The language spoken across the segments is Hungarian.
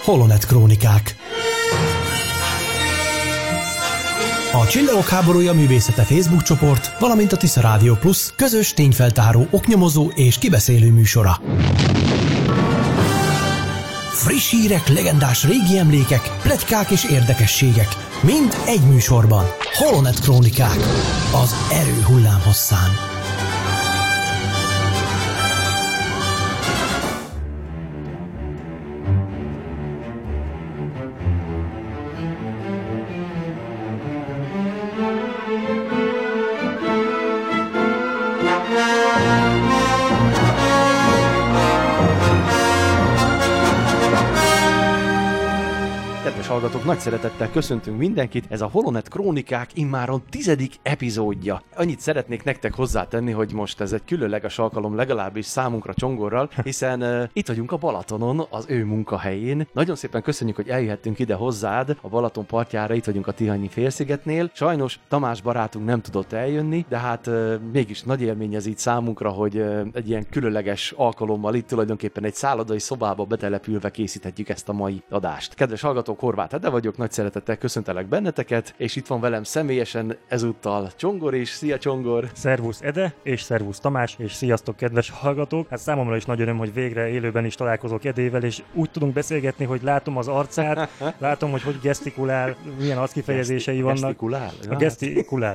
Holonet Krónikák. A Csillagok háborúja művészete Facebook csoport, valamint a Tisza Rádió Plus közös tényfeltáró, oknyomozó és kibeszélő műsora. Friss hírek, legendás régi emlékek, pletykák és érdekességek. Mind egy műsorban. Holonet Krónikák. Az erő hullámhosszán. Hallgatók, nagy szeretettel köszöntünk mindenkit, ez a Holonet Krónikák immáron 10. epizódja. Annyit szeretnék nektek hozzátenni, hogy most ez egy különleges alkalom legalábbis számunkra Csongorral, hiszen itt vagyunk a Balatonon, az ő munkahelyén. Nagyon szépen köszönjük, hogy eljöhettünk ide hozzád, a Balaton partjára, itt vagyunk a Tihanyi félszigetnél. Sajnos Tamás barátunk nem tudott eljönni, de hát mégis nagy élmény ez így számunkra, hogy egy ilyen különleges alkalommal itt tulajdonképpen egy szállodai szobába betelepülve készíthetjük ezt a mai adást. Kedves hallgatók, Horváth Ede vagyok, nagy szeretettel köszöntelek benneteket, és itt van velem személyesen ezúttal Csongor is. Szia Csongor! Szervusz Ede, és szervusz Tamás, és sziasztok kedves hallgatók! Hát számomra is nagy öröm, hogy végre élőben is találkozok Edével, és úgy tudunk beszélgetni, hogy látom az arcát, látom, hogy gesztikulál, milyen arckifejezései vannak. Gesztikulál? A gesztikulál.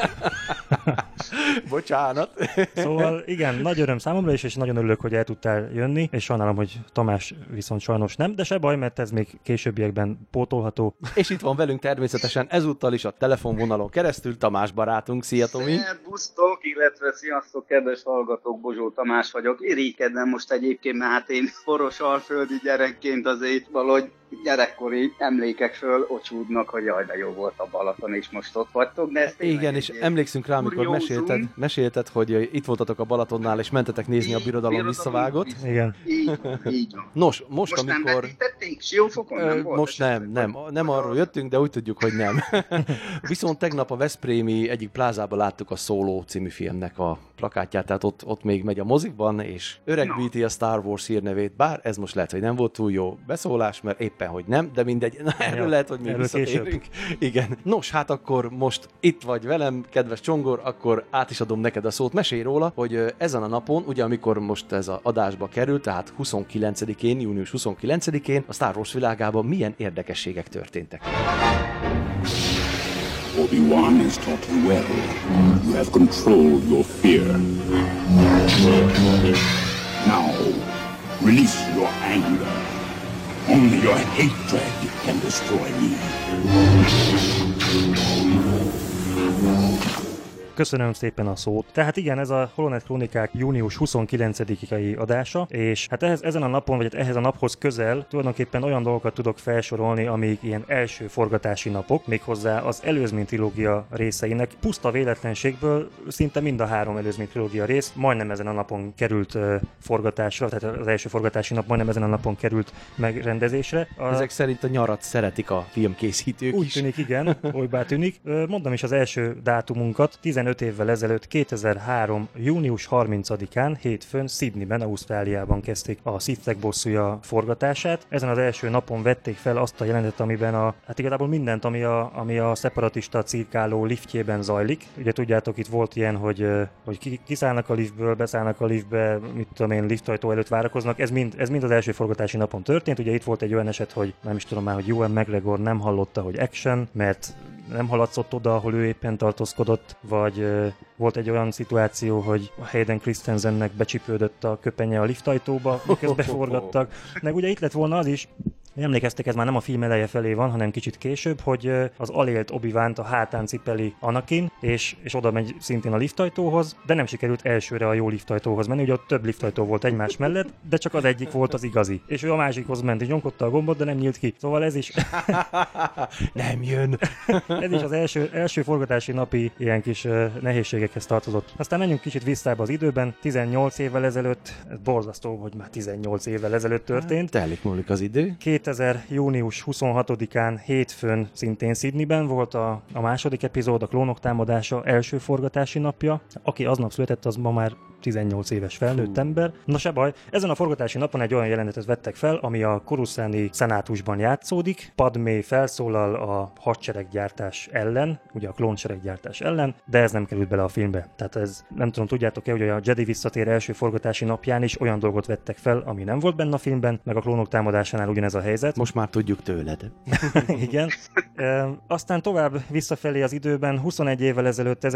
Bocsánat! Szóval igen, nagy öröm számomra is, és nagyon örülök, hogy el tudtál jönni, és sajnálom, hogy Tamás viszont sajnos nem, de se baj, mert ez még későbbiekben pótolható. És itt van velünk természetesen ezúttal is a telefonvonalon keresztül Tamás barátunk. Szia Tomi! Szervusztok, illetve sziasztok, kedves hallgatók, Bozsó Tamás vagyok. Irigykedem most egyébként, mert hát én poros alföldi gyerekként azért valahogy gyerekkori emlékek föl ocsúdnak, hogy jaj, de jó volt a Balaton, és most ott vagytok, de ezt igen, és emlékszünk rá, amikor mesélted, hogy itt voltatok a Balatonnál, és mentetek nézni a Birodalom visszavágott. Igen. Így van. Nos, most amikor... nem vetítették? Siófokon nem volt? Most nem arról jöttünk, de úgy tudjuk, hogy nem. Viszont tegnap a veszprémi egyik plázában láttuk a Solo című filmnek a plakátját, tehát ott még megy a mozikban, és öregbíti a Star Wars hírnevét, bár ez most lehet, hogy nem volt túl jó beszólás, mert éppen, hogy nem, de mindegy, erről lehet, hogy még visszatérünk. Igen. Nos, hát akkor most itt vagy velem, kedves Csongor, akkor át is adom neked a szót. Mesélj róla, hogy ezen a napon, ugye amikor most ez az adásba került, tehát 29-én, június 29-én a Star Wars világában milyen érdekességek történtek. Obi-Wan has taught you well. You have controlled your fear. Now, release your anger. Only your hatred can destroy me. Köszönöm szépen a szót. Tehát igen, ez a Holonet Krónikák június 29-i adása, és hát ezen a napon, vagy ehhez a naphoz közel tulajdonképpen olyan dolgokat tudok felsorolni, amik ilyen első forgatási napok, méghozzá az előzmény trilógia részeinek puszta véletlenségből szinte mind a 3 előzmény trilógia rész majdnem ezen a napon került forgatásra, tehát az első forgatási nap majdnem ezen a napon került megrendezésre. Ezek szerint a nyarat szeretik a filmkészítők úgy is. Tűnik, igen, olybá tűnik. Mondom is az első dátumunkat, 15 évvel ezelőtt, 2003. június 30-án, hétfőn, Sydneyben, Ausztráliában kezdték a Sith-ek bosszúja forgatását. Ezen az első napon vették fel azt a jelenetet, amiben hát igazából mindent, ami a szeparatista cirkáló liftjében zajlik. Ugye tudjátok, itt volt ilyen, hogy kiszállnak a liftből, beszállnak a liftbe, mit tudom én, liftajtó előtt várakoznak. Ez mind az első forgatási napon történt. Ugye itt volt egy olyan eset, hogy nem is tudom már, hogy Ewan McGregor nem hallotta, hogy action, mert nem haladszott oda, ahol ő éppen tartózkodott, vagy volt egy olyan szituáció, hogy Hayden Christensennek becsipődött a köpenye a liftajtóba, miközben forgattak. Meg ugye itt lett volna az is, emlékeztek, ez már nem a film eleje felé van, hanem kicsit később, hogy az alélt Obi-Want a hátán cipeli Anakin, és oda megy szintén a liftajtóhoz, de nem sikerült elsőre a jó liftajtóhoz menni, ugye ott több liftajtó volt egymás mellett, de csak az egyik volt az igazi. És ő a másikhoz ment, és nyomkodta a gombot, de nem nyílt ki. Szóval ez is... nem jön! Ez is az első forgatási napi ilyen kis nehézségekhez tartozott. Aztán menjünk kicsit visszába az időben, 18 évvel ezelőtt, ez borzasztó, hogy már 18 évvel ezelőtt történt. Telik múlik az idő. 2000. június 26-án hétfőn szintén Sydneyben volt a második epizód, a Klónok támadása első forgatási napja. Aki aznap született, az ma már 18 éves felnőtt ember. Na se baj, ezen a forgatási napon egy olyan jelenetet vettek fel, ami a Coruscanti szenátusban játszódik. Padmé felszólal a hadsereggyártás ellen, ugye a klónsereggyártás ellen, de ez nem került bele a filmbe. Tehát ez, nem tudom, tudjátok-e, hogy a Jedi visszatér első forgatási napján is olyan dolgot vettek fel, ami nem volt benne a filmben, meg a Klónok támadásánál ugyanez a helyzet. Most már tudjuk tőled. Igen. Aztán tovább visszafelé az időben, 21 évvel ezelőtt,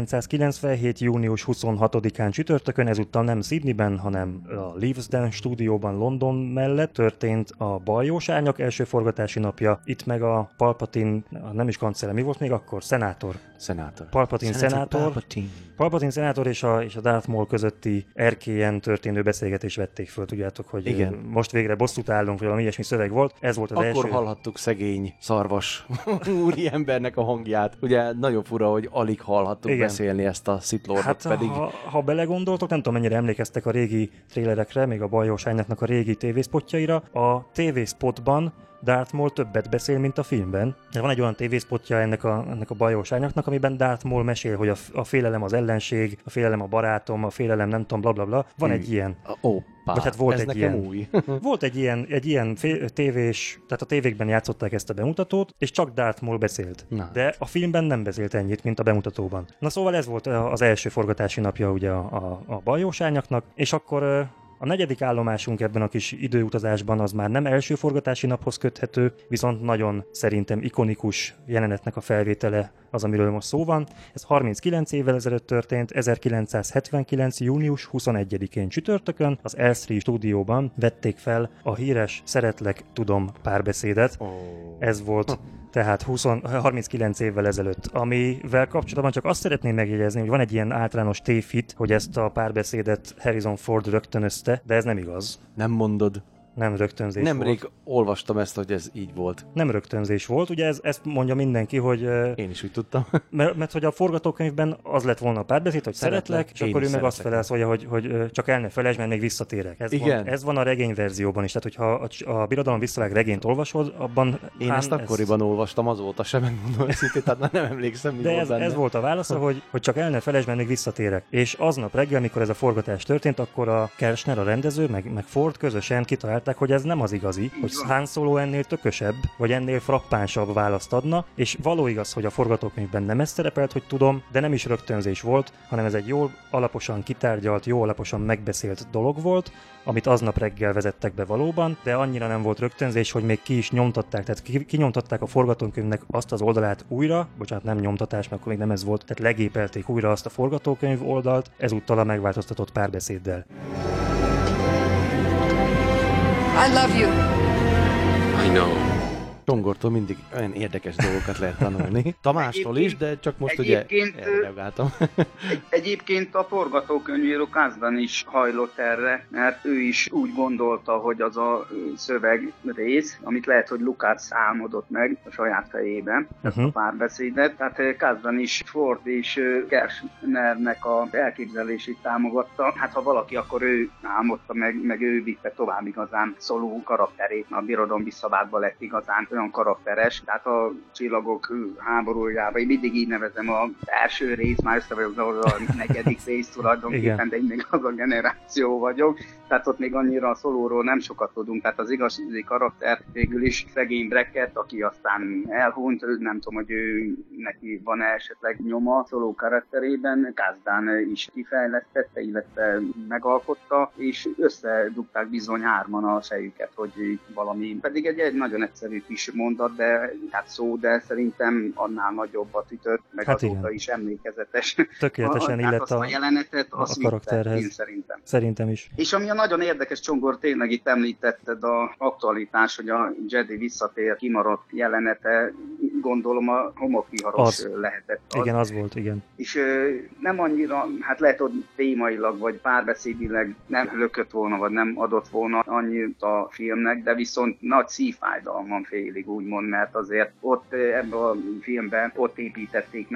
1997. június 26-án csütörtökön, ezúttal nem Sydneyben, hanem a Leavesden stúdióban London mellett történt a Baljós Árnyak első forgatási napja. Itt meg a Palpatine, nem is kancellár, mi volt még akkor? Szenátor. Palpatine szenátor. Palpatine szenátor és a Darth Maul közötti erkélyen történő beszélgetést vették föl. Tudjátok, hogy igen, most végre bosszút állunk, vagy valami ilyesmi szöveg volt. Ez volt az akkor első. Akkor hallhattuk szegény szarvas úri embernek a hangját. Ugye nagyon fura, hogy alig hallhattuk igen. beszélni ezt a Sith Lordot hát, pedig. Ha belegondoltok, nem tudom mennyire emlékeztek a régi trélerekre, még a Baljós Árnyaknak a régi tévészpotjaira. A tévészpotban Darth Maul többet beszél, mint a filmben. Van egy olyan tévészpotja ennek a Baljós Árnyaknak, amiben Darth Maul mesél, hogy a félelem az ellenség, a félelem a barátom, a félelem nem tudom, blablabla. Van egy ilyen. Vagy hát volt ez egy nekem ilyen. új. Volt egy ilyen tévés, tehát a tévékben játszották ezt a bemutatót, és csak Darth Maul beszélt. Na. De a filmben nem beszélt ennyit, mint a bemutatóban. Na szóval ez volt az első forgatási napja ugye a Baljós Árnyaknak, és akkor a negyedik állomásunk ebben a kis időutazásban az már nem első forgatási naphoz köthető, viszont nagyon szerintem ikonikus jelenetnek a felvétele az, amiről most szó van. Ez 39 évvel ezelőtt történt, 1979. június 21-én csütörtökön az L3 stúdióban vették fel a híres Szeretlek, tudom párbeszédet. Ez volt tehát 39 évvel ezelőtt, amivel kapcsolatban csak azt szeretném megjegyezni, hogy van egy ilyen általános tévhit, hogy ezt a párbeszédet Harrison Ford rögtönözte, de ez nem igaz. Nem mondod. Nem rögtönzés Nemrég volt. olvastam ezt, hogy ez így volt. Nem rögtönzés volt, ugye ezt mondja mindenki, hogy... Én is úgy tudtam. mert hogy a forgatókönyvben az lett volna a párbeszéd, hogy szeretlek, és akkor ő meg azt felelszolja, hogy csak el ne felejtsd, mert még visszatérek. Ez van a regényverzióban is, tehát hogyha a Birodalom visszavág regényt olvasod, abban... Én ezt akkoriban olvastam, azóta sem megmondom őszintén, tehát már nem emlékszem, mi de volt benne. Ez volt a válasza, hogy csak el ne felejtsd, mert még visszatérek. És aznap reggel, mikor ez a forgatás történt, akkor a Kershner, a rendező, meg Ford közösen kitalálták, hogy ez nem az igazi, hogy Han Solo ennél tökösebb, vagy ennél frappánsabb választ adna, és való igaz, hogy a forgatókönyvben nem ez szerepelt, hogy tudom, de nem is rögtönzés volt, hanem ez egy jól alaposan kitárgyalt, jól alaposan megbeszélt dolog volt, amit aznap reggel vezettek be valóban, de annyira nem volt rögtönzés, hogy még ki is nyomtatták, tehát kinyomtatták a forgatókönyvnek azt az oldalát újra, bocsánat, nem nyomtatás, mert akkor még nem ez volt, tehát legépelték újra azt a forgatókönyv oldalt, ezúttal a megváltoztatott párbeszéddel. I love you. I know. Csongortól mindig olyan érdekes dolgokat lehet tanulni. Tamástól is, de csak most ugye elreagáltam. Egyébként a forgatókönyvíró Kasdan is hajlott erre, mert ő is úgy gondolta, hogy az a szöveg rész, amit lehet, hogy Lucas álmodott meg a saját fejében, ezt a párbeszédet. Tehát Kasdan is, Ford és Kershnernek az elképzelését támogatta. Hát ha valaki, akkor ő álmodta meg ő vitte tovább igazán Solo karakterét. A Birodalom visszavágva lett igazán olyan karakteres, tehát a Csillagok háborújában, én mindig így nevezem az első rész, már össze vagyok a negyedik rész tulajdonképpen, de én még az a generáció vagyok, tehát ott még annyira a Szolóról nem sokat tudunk, tehát az igazi karakter végül is szegény Brackett, aki aztán elhunyt, nem tudom, hogy neki van esetleg nyoma Szoló karakterében, Kasdan is kifejlesztette, illetve megalkotta, és összedugták bizony hárman a fejüket, hogy valami, pedig egy nagyon egyszerű kis mondat, de hát szó, de szerintem annál nagyobbat ütött, meg hát azóta igen. is emlékezetes. Tökéletesen illett a jelenetet, a karakterhez. Én szerintem. Szerintem is. És ami a nagyon érdekes, Csongor, tényleg itt említetted a aktualitás, hogy a Jedi visszatér kimaradt jelenete, gondolom a homokviharos lehetett. Igen, az volt, igen. És nem annyira, hát lehet, hogy témailag, vagy párbeszédileg nem lökött volna, vagy nem adott volna annyit a filmnek, de viszont nagy szívfájdalmam félig úgymond, mert azért ott ebben a filmben ott építették meg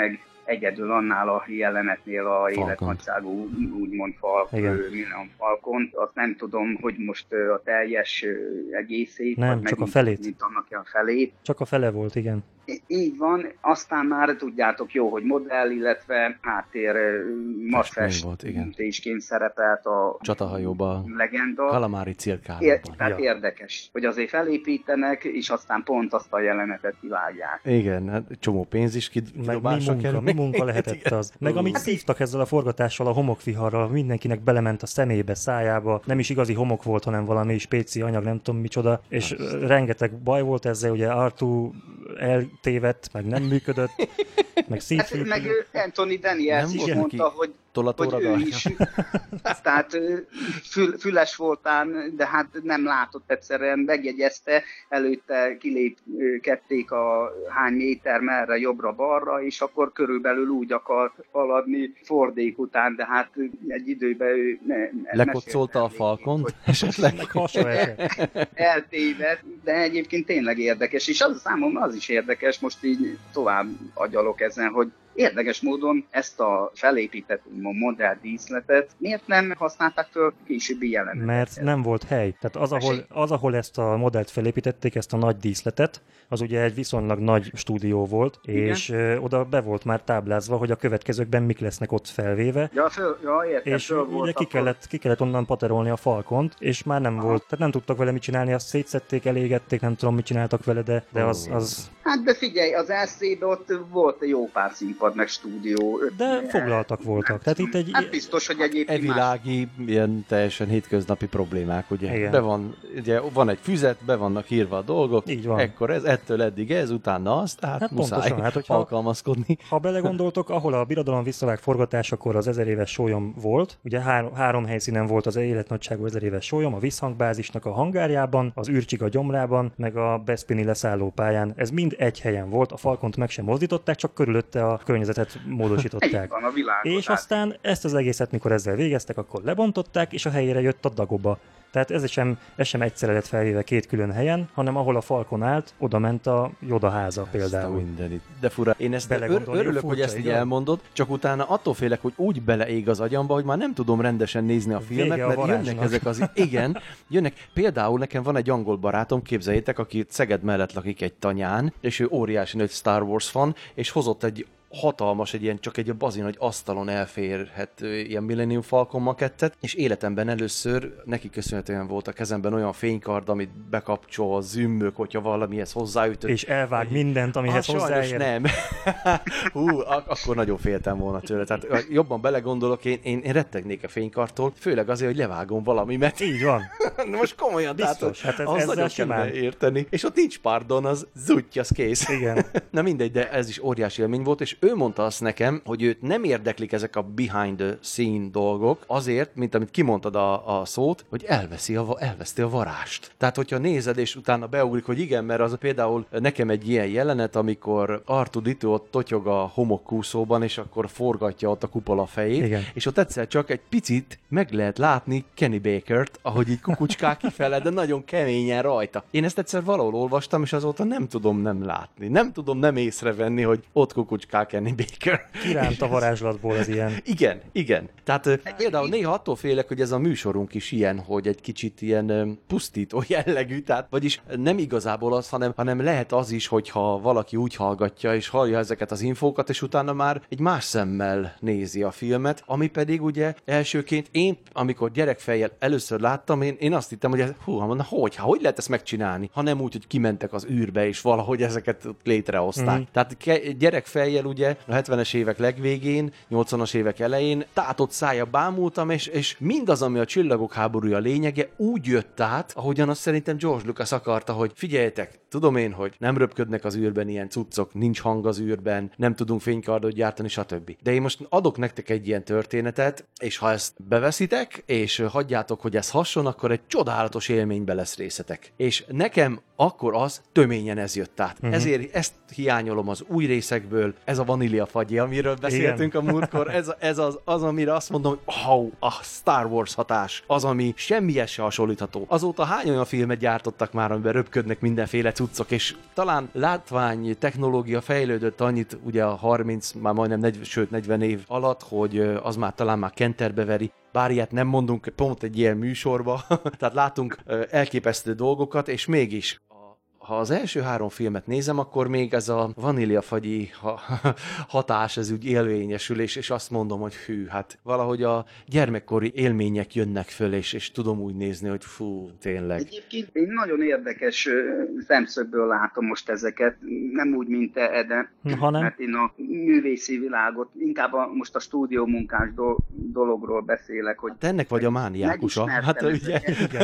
egyedül annál a jelenetnél a életnagyságú úgymond Millennium Falcont. Azt nem tudom, hogy most a teljes egészét, nem, vagy csak a felét. Mint annak a felét. Csak a fele volt, igen. Így van, aztán már tudjátok jó, hogy modell, illetve háttér masfestésként szerepelt a csatahajóba, legenda. Kalamári cirkálóban. Tehát érdekes, hogy azért felépítenek, és aztán pont azt a jelenetet kivágják. Igen, hát csomó pénz is kidobásra kerül. Mi munka lehetett az? Meg amit szívtak ezzel a forgatással, a homokviharral, mindenkinek belement a szemébe, szájába, nem is igazi homok volt, hanem valami spéci anyag, nem tudom micsoda, és rengeteg baj volt ezzel, ugye Artú eltévedt, meg nem működött, meg szívfűtő. Meg Anthony Daniels is mondta, hogy ő is, tehát füles voltán, de hát nem látott egyszerűen, megjegyezte, előtte kilépkedték a hány méter merre, jobbra-balra, és akkor körülbelül úgy akart haladni fordék után, de hát egy időben ő lekoccolta a Falcont, esetleg eltévedt, de egyébként tényleg érdekes, és az számomra az is érdekes, most így tovább agyalok ezen, hogy érdekes módon ezt a felépített modell díszletet miért nem használták föl későbbi jelenetet? Mert nem volt hely. Tehát ahol ezt a modellt felépítették, ezt a nagy díszletet, az ugye egy viszonylag nagy stúdió volt, igen. És oda be volt már táblázva, hogy a következőkben mik lesznek ott felvéve. Értem, és ugye ki kellett onnan paterolni a Falcont, és már nem volt, tehát nem tudtak vele mit csinálni, azt szétszették, elégették, nem tudom mit csináltak vele, de az... Hát de figyelj, az LC-ben ott volt jó pár színpad, meg stúdió. De foglaltak voltak. Tehát itt hát biztos, hogy egyébként evilági, ilyen teljesen hétköznapi problémák, ugye? Ugye van egy füzet, be vannak írva a dolgok, így van. Ekkor ettől eddig ez, utána az, tehát hát muszáj pontosan, alkalmazkodni. Ha belegondoltok, ahol a Birodalom visszavág forgatásakor az 1000 éves sólyom volt, ugye három helyszínen volt az életnagyságú 1000 éves sólyom, a visszhangbázisnak a hangárjában, az űrcsiga gyomrában, meg a Bespini leszállópályán. Ez mind egy helyen volt, a Falcont meg sem mozdították, csak körülötte a környezetet módosították. Van, és aztán ezt az egészet, mikor ezzel végeztek, akkor lebontották, és a helyére jött a Dagoba. Tehát ez sem egyszerre lett felvéve két külön helyen, hanem ahol a Falcon állt, oda ment a Yoda háza például. Mindenit. De fura. Én ezt örülök, hogy ezt így elmondod, csak utána attól félek, hogy úgy beleég az agyamba, hogy már nem tudom rendesen nézni a filmet, mert jönnek ezek az... Igen, jönnek. Például nekem van egy angol barátom, képzeljétek, aki Szeged mellett lakik egy tanyán, és ő óriási nagy Star Wars fan, és hozott egy hatalmas, csak egy bazin, hogy asztalon elférhető ilyen Millennium Falcon makettet, és életemben először neki köszönhetően volt a kezemben olyan fénykard, amit bekapcsol, zümmög, hogyha valamihez hozzáütött. És elvág mindent, amihez hozzáér. Sajnos nem. Akkor nagyon féltem volna tőle. Tehát jobban belegondolok, én rettegnék a fénykartól, főleg azért, hogy levágom valamimet. Így van. Most komolyan, biztos. Tehát az nagyon kellene érteni. És ott nincs pardon, az zutty, az kész. Igen. Na mindegy, de ez is óriási élmény volt, és ő mondta azt nekem, hogy őt nem érdeklik ezek a behind the scene dolgok, azért, mint amit kimondtad a szót, hogy elveszti a varást. Tehát, hogyha nézed, és utána beugrik, hogy igen, mert az például nekem egy ilyen jelenet, amikor R2-D2 ott totyog a homokkúszóban, és akkor forgatja ott a kupola fejét, igen. És ott egyszer csak egy picit meg lehet látni Kenny Bakert, ahogy így kukucskál kifele, de nagyon keményen rajta. Én ezt egyszer valahol olvastam, és azóta nem tudom nem látni. Nem tudom nem észrevenni, hogy ott kukucskál Kenny Baker. Kiránt a varázslatból az ilyen. Igen. Tehát például néha attól félek, hogy ez a műsorunk is ilyen, hogy egy kicsit ilyen pusztító jellegű, tehát vagyis nem igazából az, hanem lehet az is, hogyha valaki úgy hallgatja, és hallja ezeket az infókat, és utána már egy más szemmel nézi a filmet, ami pedig ugye elsőként én, amikor gyerekfejjel először láttam, én azt hittem, hogy hogy lehet ezt megcsinálni, ha nem úgy, hogy kimentek az űrbe, és valahogy ezeket létrehozták. Tehát gyerekfejjel ugye a 70-es évek legvégén, 80-as évek elején tátott szája bámultam, és mindaz, ami a Csillagok háborúja lényege, úgy jött át, ahogyan azt szerintem George Lucas akarta, hogy figyeljetek, tudom én, hogy nem röpködnek az űrben ilyen cuccok, nincs hang az űrben, nem tudunk fénykardot gyártani, stb. De én most adok nektek egy ilyen történetet, és ha ezt beveszitek, és hagyjátok, hogy ez hasson, akkor egy csodálatos élménybe lesz részetek. És nekem akkor az töményen ez jött át. Ezért ezt hiányolom az új részekből, ez a vaníliafagyi, amiről beszéltünk a múltkor. Ez az, amire azt mondom, hogy a Star Wars hatás, az, ami semmihez se hasonlítható. Azóta hány olyan filmet gyártottak már, amiben röpködnek mindenféle cuccok, és talán látvány technológia fejlődött annyit, ugye a 30, már majdnem 40 év alatt, hogy az már talán már kenterbe veri, bár ilyet nem mondunk pont egy ilyen műsorba, tehát látunk elképesztő dolgokat, és mégis ha az első 3 filmet nézem, akkor még ez a vaníliafagyi hatás, ez úgy élvényesül, és azt mondom, hogy hű, hát valahogy a gyermekkori élmények jönnek föl, és tudom úgy nézni, hogy fú, tényleg. Egyébként én nagyon érdekes szemszögből látom most ezeket, nem úgy, mint te, Ede, mert én a művészi világot, inkább most a stúdiómunkás dologról beszélek, hogy... Te ennek vagy a mániákusa. Hát ugye,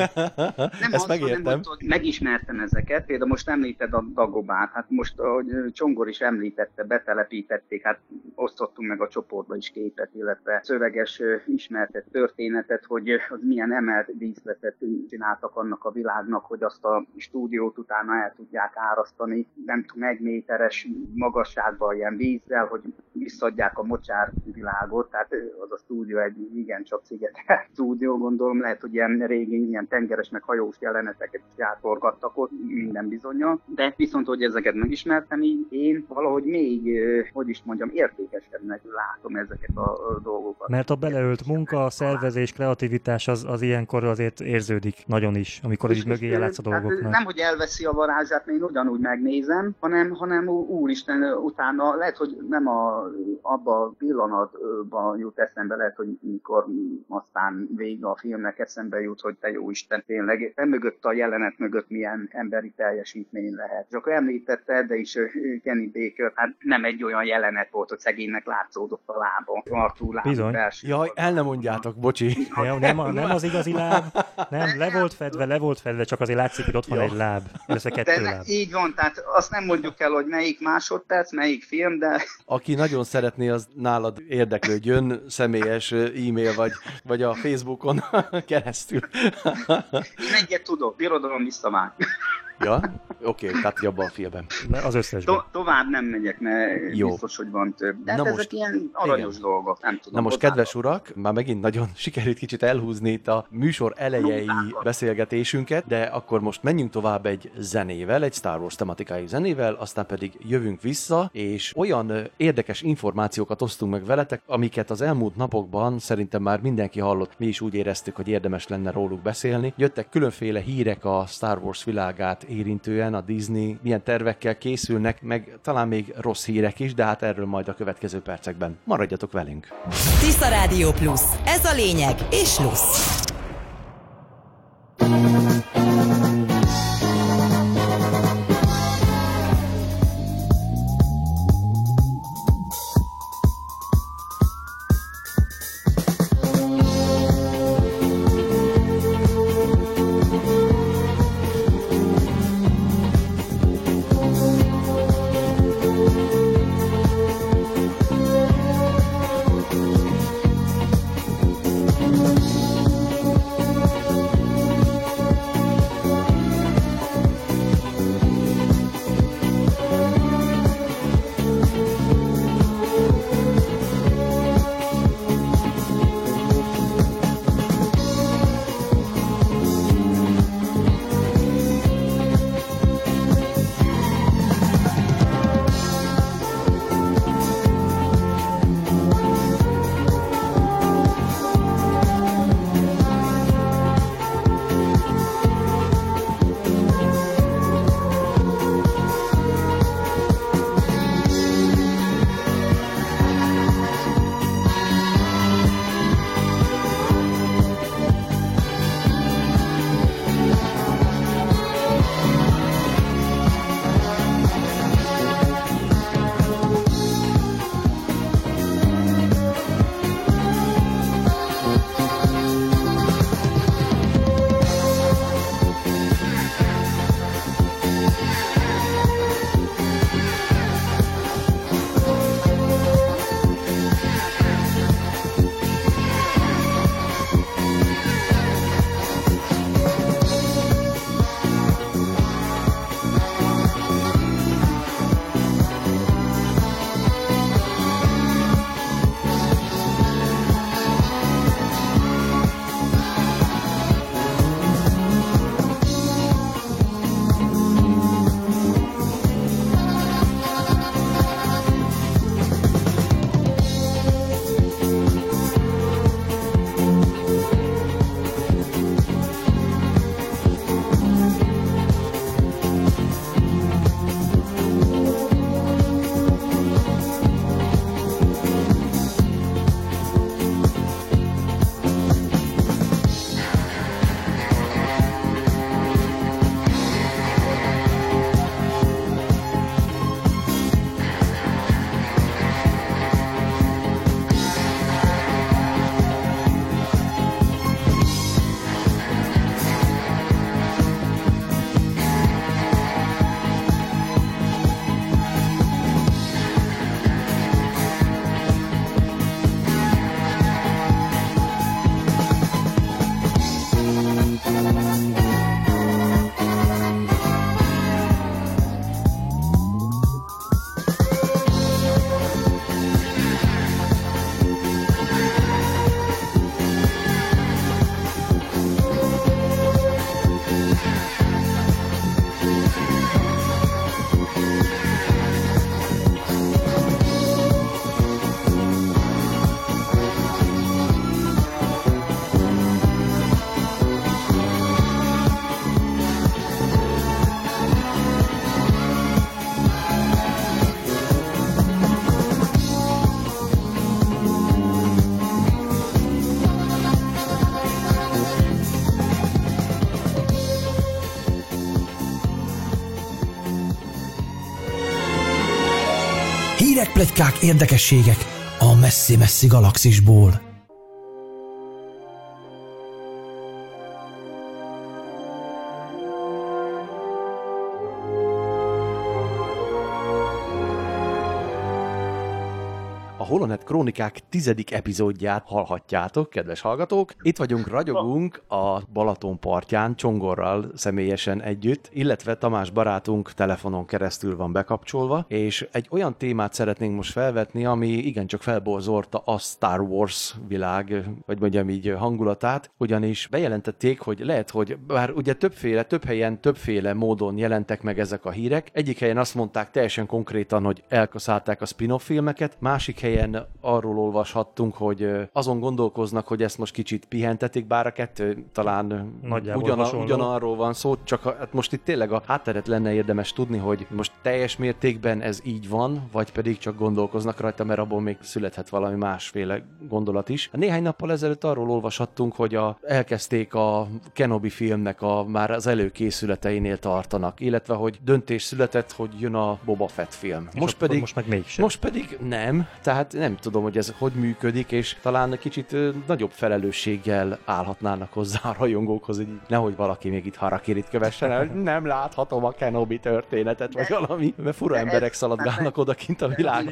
nem ezt megértem. Megismertem ezeket, például most említed a Dagobát, hát most, ahogy Csongor is említette, betelepítették, hát osztottunk meg a csoportba is képet, illetve szöveges ismertet történetet, hogy az milyen emelt díszletet csináltak annak a világnak, hogy azt a stúdiót utána el tudják árasztani, nem tudom, 1 méteres magasságban ilyen vízzel, hogy visszadják a mocsár világot, tehát az a stúdió egy igencsak szigetelt stúdió, gondolom, lehet, hogy ilyen régi, ilyen tengeres, meg hajós jeleneteket is átforgattak ott, minden bizonnyal, de viszont, hogy ezeket megismertem, így én valahogy még, hogy is mondjam, értékesebbnek látom ezeket a dolgokat. Mert a beleölt munka, a szervezés, kreativitás az ilyenkor azért érződik nagyon is, amikor így mögé játsz a dolgoknak. Nem, hogy elveszi a varázsát, én ugyanúgy megnézem, hanem úristen, utána lehet, hogy nem abba a pillanatban jut eszembe, lehet, hogy mikor aztán vége a filmnek eszembe jut, hogy te jó Isten, tényleg, mögött a jelenet mögött milyen emberi teljesítmény lehet. És akkor említette, de is Kenny Baker, hát nem egy olyan jelenet volt, hogy szegénynek látszódott a lába. Artúr láb. Bizony. Jaj, el nem mondjátok, bocsi. Nem az igazi láb, nem, le volt fedve, csak azért látszik, hogy ott van egy láb. Össze 2 láb. Így van, tehát azt nem mondjuk el, hogy melyik másodperc, melyik film, de... Aki nagyon szeretné, az nálad érdeklődjön, személyes e-mail vagy a Facebookon keresztül. Én egyet tudok, birodalom visszavág. Ja? Oké, tehát abban a filmben. Az összesben. Tovább nem megyek, mert jó. Biztos, hogy van több. De hát ezek ilyen aranyos dolgok, nem tudom. Na most, kedves urak, már megint nagyon sikerült kicsit elhúzni itt a műsor elejei beszélgetésünket, de akkor most menjünk tovább egy zenével, egy Star Wars tematikai zenével, aztán pedig jövünk vissza, és olyan érdekes információkat osztunk meg veletek, amiket az elmúlt napokban szerintem már mindenki hallott, mi is úgy éreztük, hogy érdemes lenne róluk beszélni. Jöttek különféle hírek a Star Wars világát érintően, a Disney milyen tervekkel készülnek, meg talán még rossz hírek is, de hát erről majd a következő percekben. Maradjatok velünk! Tisza Rádió Plus. Ez a lényeg és lusz. Hírek, pletykák, érdekességek a messzi-messzi galaxisból. A Holonet Krónikák 10. epizódját hallhatjátok, kedves hallgatók. Itt vagyunk, ragyogunk a Balaton partján, Csongorral személyesen együtt, illetve Tamás barátunk telefonon keresztül van bekapcsolva, és egy olyan témát szeretnénk most felvetni, ami igencsak felborzolta a Star Wars világ, vagy mondjam így hangulatát, ugyanis bejelentették, hogy lehet, hogy bár ugye több helyen, többféle módon jelentek meg ezek a hírek. Egyik helyen azt mondták teljesen konkrétan, hogy elkaszálták a spin-off filmeket, másik helyen arról olvashattunk, hogy azon gondolkoznak, hogy ezt most kicsit pihentetik, bár a kettő talán ugyanarról van szó, csak hát most itt tényleg a hátteret lenne érdemes tudni, hogy most teljes mértékben ez így van, vagy pedig csak gondolkoznak rajta, mert abból még születhet valami másféle gondolat is. Néhány nappal ezelőtt arról olvashattunk, hogy elkezdték a Kenobi filmnek már az előkészületeinél tartanak, illetve hogy döntés született, hogy jön a Boba Fett film. Most pedig nem, tehát nem tudom, hogy ez hogy működik, és talán kicsit nagyobb felelősséggel állhatnának hozzá a rajongókhoz, hogy nehogy valaki még itt harakirit kövessen, hogy nem láthatom a Kenobi történetet, vagy valami, mert fura emberek szaladgálnak odakint a világban.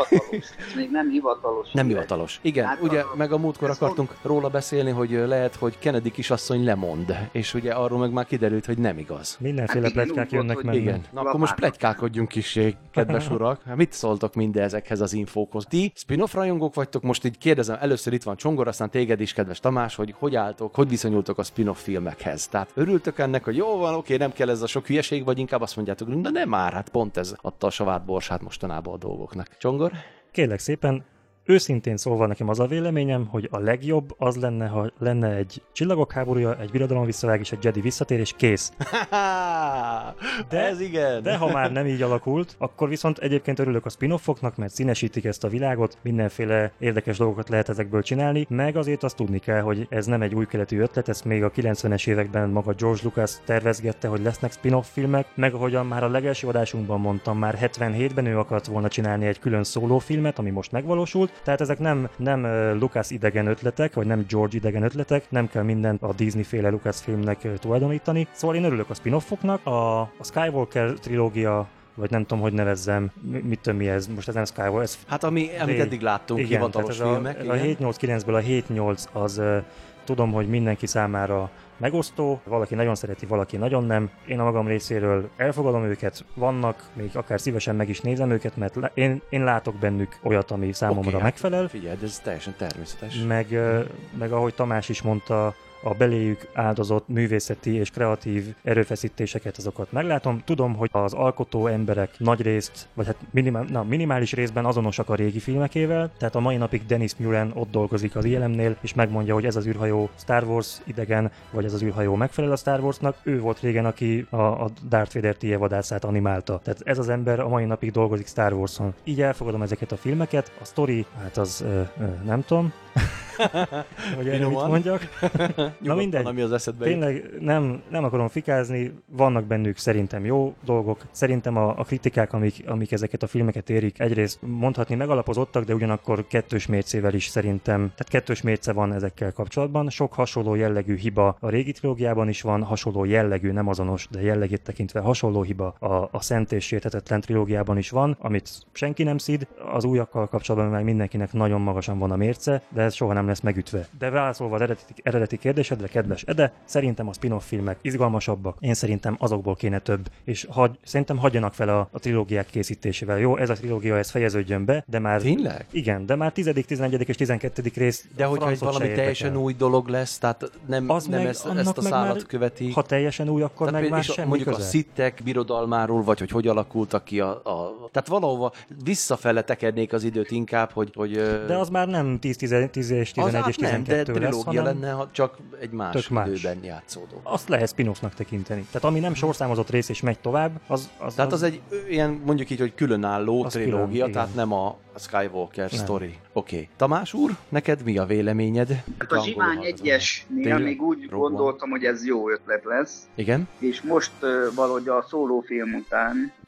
Még nem hivatalos. Nem hivatalos. Igen, hát ugye meg a múltkor akartunk róla beszélni, hogy lehet, hogy Kennedy kisasszony lemond, és ugye arról meg már kiderült, hogy nem igaz. Mindenféle pletykák jönnek meg. Igen. Na akkor most pletykálkodjunk kissé, kedves urak. Mit szóltok mindezekhez az infókhoz? Ti spin-off rajongók vagytok, most így kérdezem, először itt van Csongor, aztán téged is, kedves Tamás, hogy álltok, hogy viszonyultok a spin-off filmekhez. Tehát örültök ennek, hogy jó van, oké, nem kell ez a sok hülyeség, vagy inkább azt mondjátok, de nem már, hát pont ez adta a savát borsát mostanában a dolgoknak. Csongor? Kérlek szépen, őszintén szólva nekem az a véleményem, hogy a legjobb az lenne, ha lenne egy Csillagok háborúja, egy Birodalom visszavág és egy Jedi visszatér, és kész. Ez igen. De ha már nem így alakult, akkor viszont egyébként örülök a spin-offoknak, mert színesítik ezt a világot, mindenféle érdekes dolgokat lehet ezekből csinálni, meg azért azt tudni kell, hogy ez nem egy új keletű ötlet, ezt még a 90-es években maga George Lucas tervezgette, hogy lesznek spin-off filmek, meg ahogyan már a legelső adásunkban mondtam, már 77-ben ő akart volna csinálni egy külön szólófilmet, ami most megvalósult. Tehát ezek nem Lucas idegen ötletek, vagy nem George idegen ötletek, nem kell mindent a Disney-féle Lucas filmnek tulajdonítani. Szóval én örülök a spin-offoknak. A Skywalker trilógia, vagy nem tudom, hogy nevezzem, mit tudom mi ez, most ez nem Skywalker, ez... Hát amit eddig láttunk, igen, hivatalos filmek. A 789-ből a 7-8 az tudom, hogy mindenki számára megosztó, valaki nagyon szereti, valaki nagyon nem. Én a magam részéről elfogadom őket, vannak, még akár szívesen meg is nézem őket, mert én látok bennük olyat, ami számomra megfelel. Figyelj, ez teljesen természetes. Meg ahogy Tamás is mondta, a beléjük áldozott művészeti és kreatív erőfeszítéseket, azokat meglátom. Tudom, hogy az alkotó emberek nagy részt, vagy hát minimális részben azonosak a régi filmekével, tehát a mai napig Dennis Muren ott dolgozik az ILM-nél, és megmondja, hogy ez az űrhajó Star Wars idegen, vagy ez az űrhajó megfelel a Star Warsnak. Ő volt régen, aki a Darth Vader TIE vadászát animálta. Tehát ez az ember a mai napig dolgozik Star Warson. Így elfogadom ezeket a filmeket. A sztori, hát az nem tudom. Hogy erre mit mondjak. Na mindegy, ami az eszedbe tényleg nem akarom fikázni, vannak bennük szerintem jó dolgok, szerintem a kritikák, amik ezeket a filmeket érik, egyrészt mondhatni megalapozottak, de ugyanakkor kettős mércével is szerintem, tehát kettős mérce van ezekkel kapcsolatban. Sok hasonló jellegű hiba a régi trilógiában is van, hasonló jellegű, nem azonos, de jellegét tekintve hasonló hiba a Szent és Sérthetetlen trilógiában is van, amit senki nem szid, az újakkal kapcsolatban meg mindenkinek nagyon magasan van a mérce, de ez soha nem lesz megütve. De válaszolva az eredeti kérdésedre, kedves Ede, szerintem a spin-off filmek izgalmasabbak. Én szerintem azokból kéne több, és szerintem hagyjanak fel a trilógiák készítésével. Jó, ez a trilógia, ez fejeződjön be, de már... Tényleg? Igen, de már 10., 11. és 12. rész... De hogyha valami teljesen új dolog lesz, tehát nem ezt a szálat követi... Ha teljesen új, akkor tehát meg már semmi mondjuk köze. A Sithek birodalmáról, vagy hogy alakultak ki tehát valahova visszafele tekernék az időt inkább, hogy... De az már nem 10 és 11 és 12 lesz, hanem... trilógia lenne, ha csak egy más időben játszódó. Azt lehet spin-offnak tekinteni. Tehát ami nem sorszámozott rész és megy tovább, tehát az egy ilyen, mondjuk így, hogy különálló trilógia, külön, tehát nem a Skywalker story. Oké. Tamás úr, neked mi a véleményed? Hát a Zsivány 1-esnél még úgy gondoltam, hogy ez jó ötlet lesz. Igen. És most valahogy a szólófilm után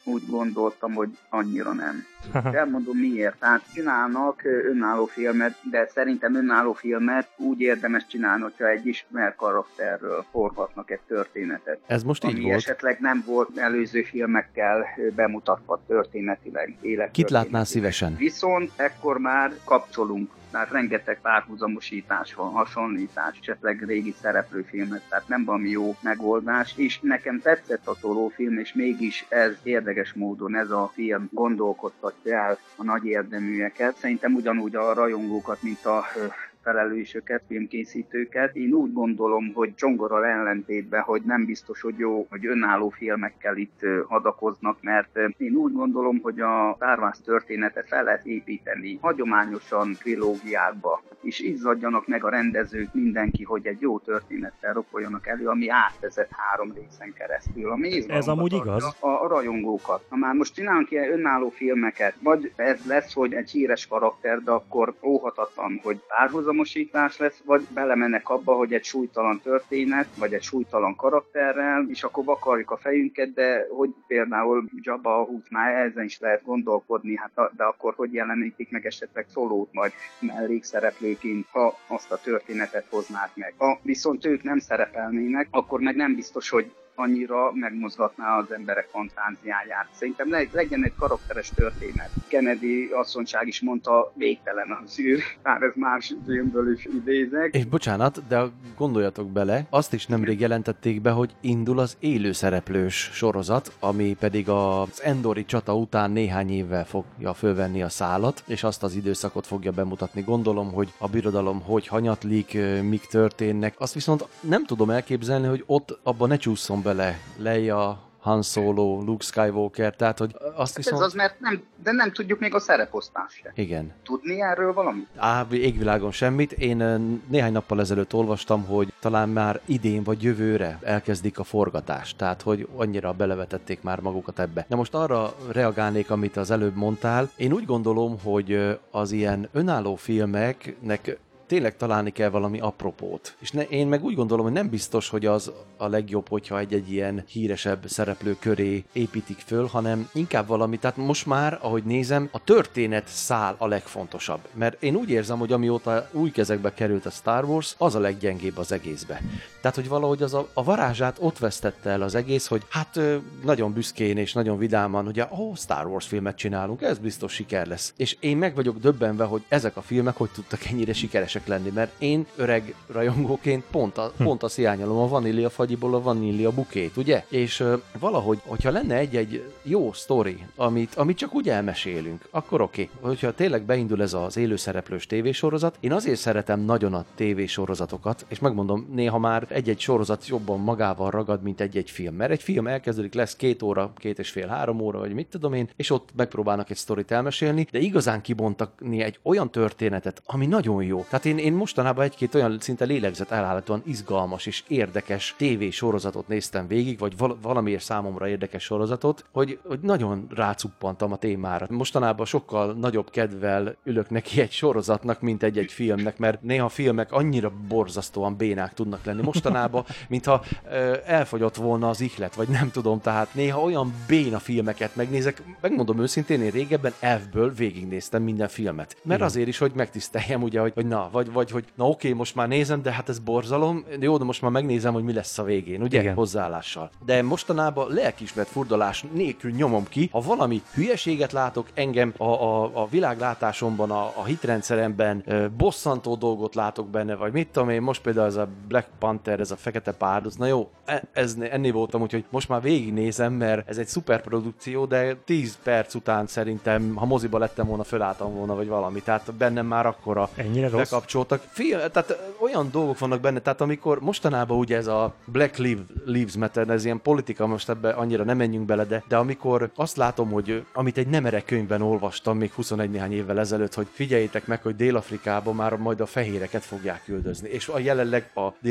úgy gondoltam, hogy annyira nem. Elmondom miért. Tehát csinálnak önálló filmet, de szerintem önálló filmet úgy érdemes csinálni, hogyha egy ismert karakterről forgatnak egy történetet. Ez most így ami volt. Esetleg nem volt előző filmekkel bemutatva történetileg, élettörténetileg. Kit látnál szívesen? Viszont ekkor már kapcsolunk. Tehát rengeteg párhuzamosítás van, hasonlítás, esetleg régi szereplőfilmet, tehát nem valami jó megoldás. És nekem tetszett a Solo-film, és mégis ez érdekes módon ez a film gondolkodtatja el a nagy érdeműeket. Szerintem ugyanúgy a rajongókat, mint a felelősöket, filmkészítőket. Én úgy gondolom, hogy Csongorral ellentétben, hogy nem biztos, hogy jó, hogy önálló filmekkel itt hadakoznak, mert én úgy gondolom, hogy a Star Wars történetet fel lehet építeni hagyományosan trilógiákba, és izzadjanak meg a rendezők, mindenki, hogy egy jó történettel ropoljanak elő, ami átvezet 3 részen keresztül. Ami ez amúgy igaz? A rajongókat. Ha már most csinálunk ilyen önálló filmeket, vagy ez lesz, hogy egy híres karakter, de akkor óhatatlan, hogy párhuzamosítás lesz, vagy belemennek abba, hogy egy súlytalan történet, vagy egy súlytalan karakterrel, és akkor vakarjuk a fejünket, de hogy például Jabba a Hutt, már ezen is lehet gondolkodni, hát de akkor hogy jelenítik meg esetleg Szolót majd mellékszereplőként, ha azt a történetet hoznák meg. Ha viszont ők nem szerepelnének, akkor meg nem biztos, hogy annyira megmozgatná az emberek fantáziáját. Szerintem legyen egy karakteres történet. Kennedy asszonyság is mondta, végtelen az űr. Már ez más filmből is idézek. És bocsánat, de gondoljatok bele, azt is nemrég jelentették be, hogy indul az élőszereplős sorozat, ami pedig az Endori csata után néhány évvel fogja fölvenni a szálat, és azt az időszakot fogja bemutatni. Gondolom, hogy a birodalom hogy hanyatlik, mik történnek. Azt viszont nem tudom elképzelni, hogy ott abban ne csúszom bele Leia, Han Solo, Luke Skywalker, tehát hogy azt viszont... Ez az, mert nem tudjuk még a szereposztást se. Igen. Tudni erről valamit? Égvilágon semmit. Én néhány nappal ezelőtt olvastam, hogy talán már idén vagy jövőre elkezdik a forgatást, tehát hogy annyira belevetették már magukat ebbe. Na most arra reagálnék, amit az előbb mondtál. Én úgy gondolom, hogy az ilyen önálló filmeknek tényleg találni kell valami apropót. És én meg úgy gondolom, hogy nem biztos, hogy az a legjobb, hogyha egy ilyen híresebb szereplő köré építik föl, hanem inkább valami, tehát most már, ahogy nézem, a történet szál a legfontosabb. Mert én úgy érzem, hogy amióta új kezekbe került a Star Wars, az a leggyengébb az egészbe. Tehát, hogy valahogy az a varázsát ott vesztette el az egész, hogy hát nagyon büszkén és nagyon vidáman, hogy Star Wars filmet csinálunk, ez biztos siker lesz. És én meg vagyok döbbenve, hogy ezek a filmek hogy tudtak ennyire sikeresek lenni, mert én öreg rajongóként pont azt hiányolom a vaníliafagyiból a vanília bukét, ugye? És valahogy, hogyha lenne egy jó sztori, amit csak úgy elmesélünk, akkor oké. Hogyha tényleg beindul ez az élőszereplős tévésorozat, én azért szeretem nagyon a tévésorozatokat, és megmondom, néha már egy-egy sorozat jobban magával ragad, mint egy-egy film, mert egy film elkezdődik, lesz 2 óra, 2,5-3 óra, vagy mit tudom én, és ott megpróbálnak egy sztorit elmesélni, de igazán kibontani egy olyan történetet, ami nagyon jó. Tehát én mostanában egy-két olyan szinte lélegzet elállítóan izgalmas és érdekes tévésorozatot néztem végig, vagy valamiért számomra érdekes sorozatot, hogy nagyon rácuppantam a témára. Mostanában sokkal nagyobb kedvel ülök neki egy sorozatnak, mint egy-egy filmnek, mert néha filmek annyira borzasztóan bénák tudnak lenni. Mostanában, mintha elfogyott volna az ihlet, vagy nem tudom, tehát néha olyan béna filmeket megnézek. Megmondom őszintén, én régebben elfből végignéztem minden filmet. Mert azért is, hogy megtiszteljem, ugye, hogy na, vagy hogy na oké, most már nézem, de hát ez borzalom, jó, de most már megnézem, hogy mi lesz a végén, ugye? Igen. Hozzáállással. De mostanában lelkiismeret furdalás nélkül nyomom ki, ha valami hülyeséget látok, engem a világlátásomban, a hitrendszeremben bosszantó dolgot látok benne, vagy mit tudom én, most például ez a Black Panther, ez a fekete párduc, na jó, ennél voltam, úgyhogy most már végignézem, mert ez egy szuperprodukció, de 10 perc után szerintem, ha moziba lettem volna, fölálltam volna, vagy valami, tehát bennem már akkora bekapcsoltak. Tehát olyan dolgok vannak benne, tehát amikor mostanában ugye ez a Black Lives Matter, ez ilyen politika, most ebbe annyira nem menjünk bele, de amikor azt látom, hogy amit egy nemere könyvben olvastam még 21 néhány évvel ezelőtt, hogy figyeljétek meg, hogy Dél-Afrikában már majd a fehéreket fogják üldözni, és jelenleg a dél-afrikai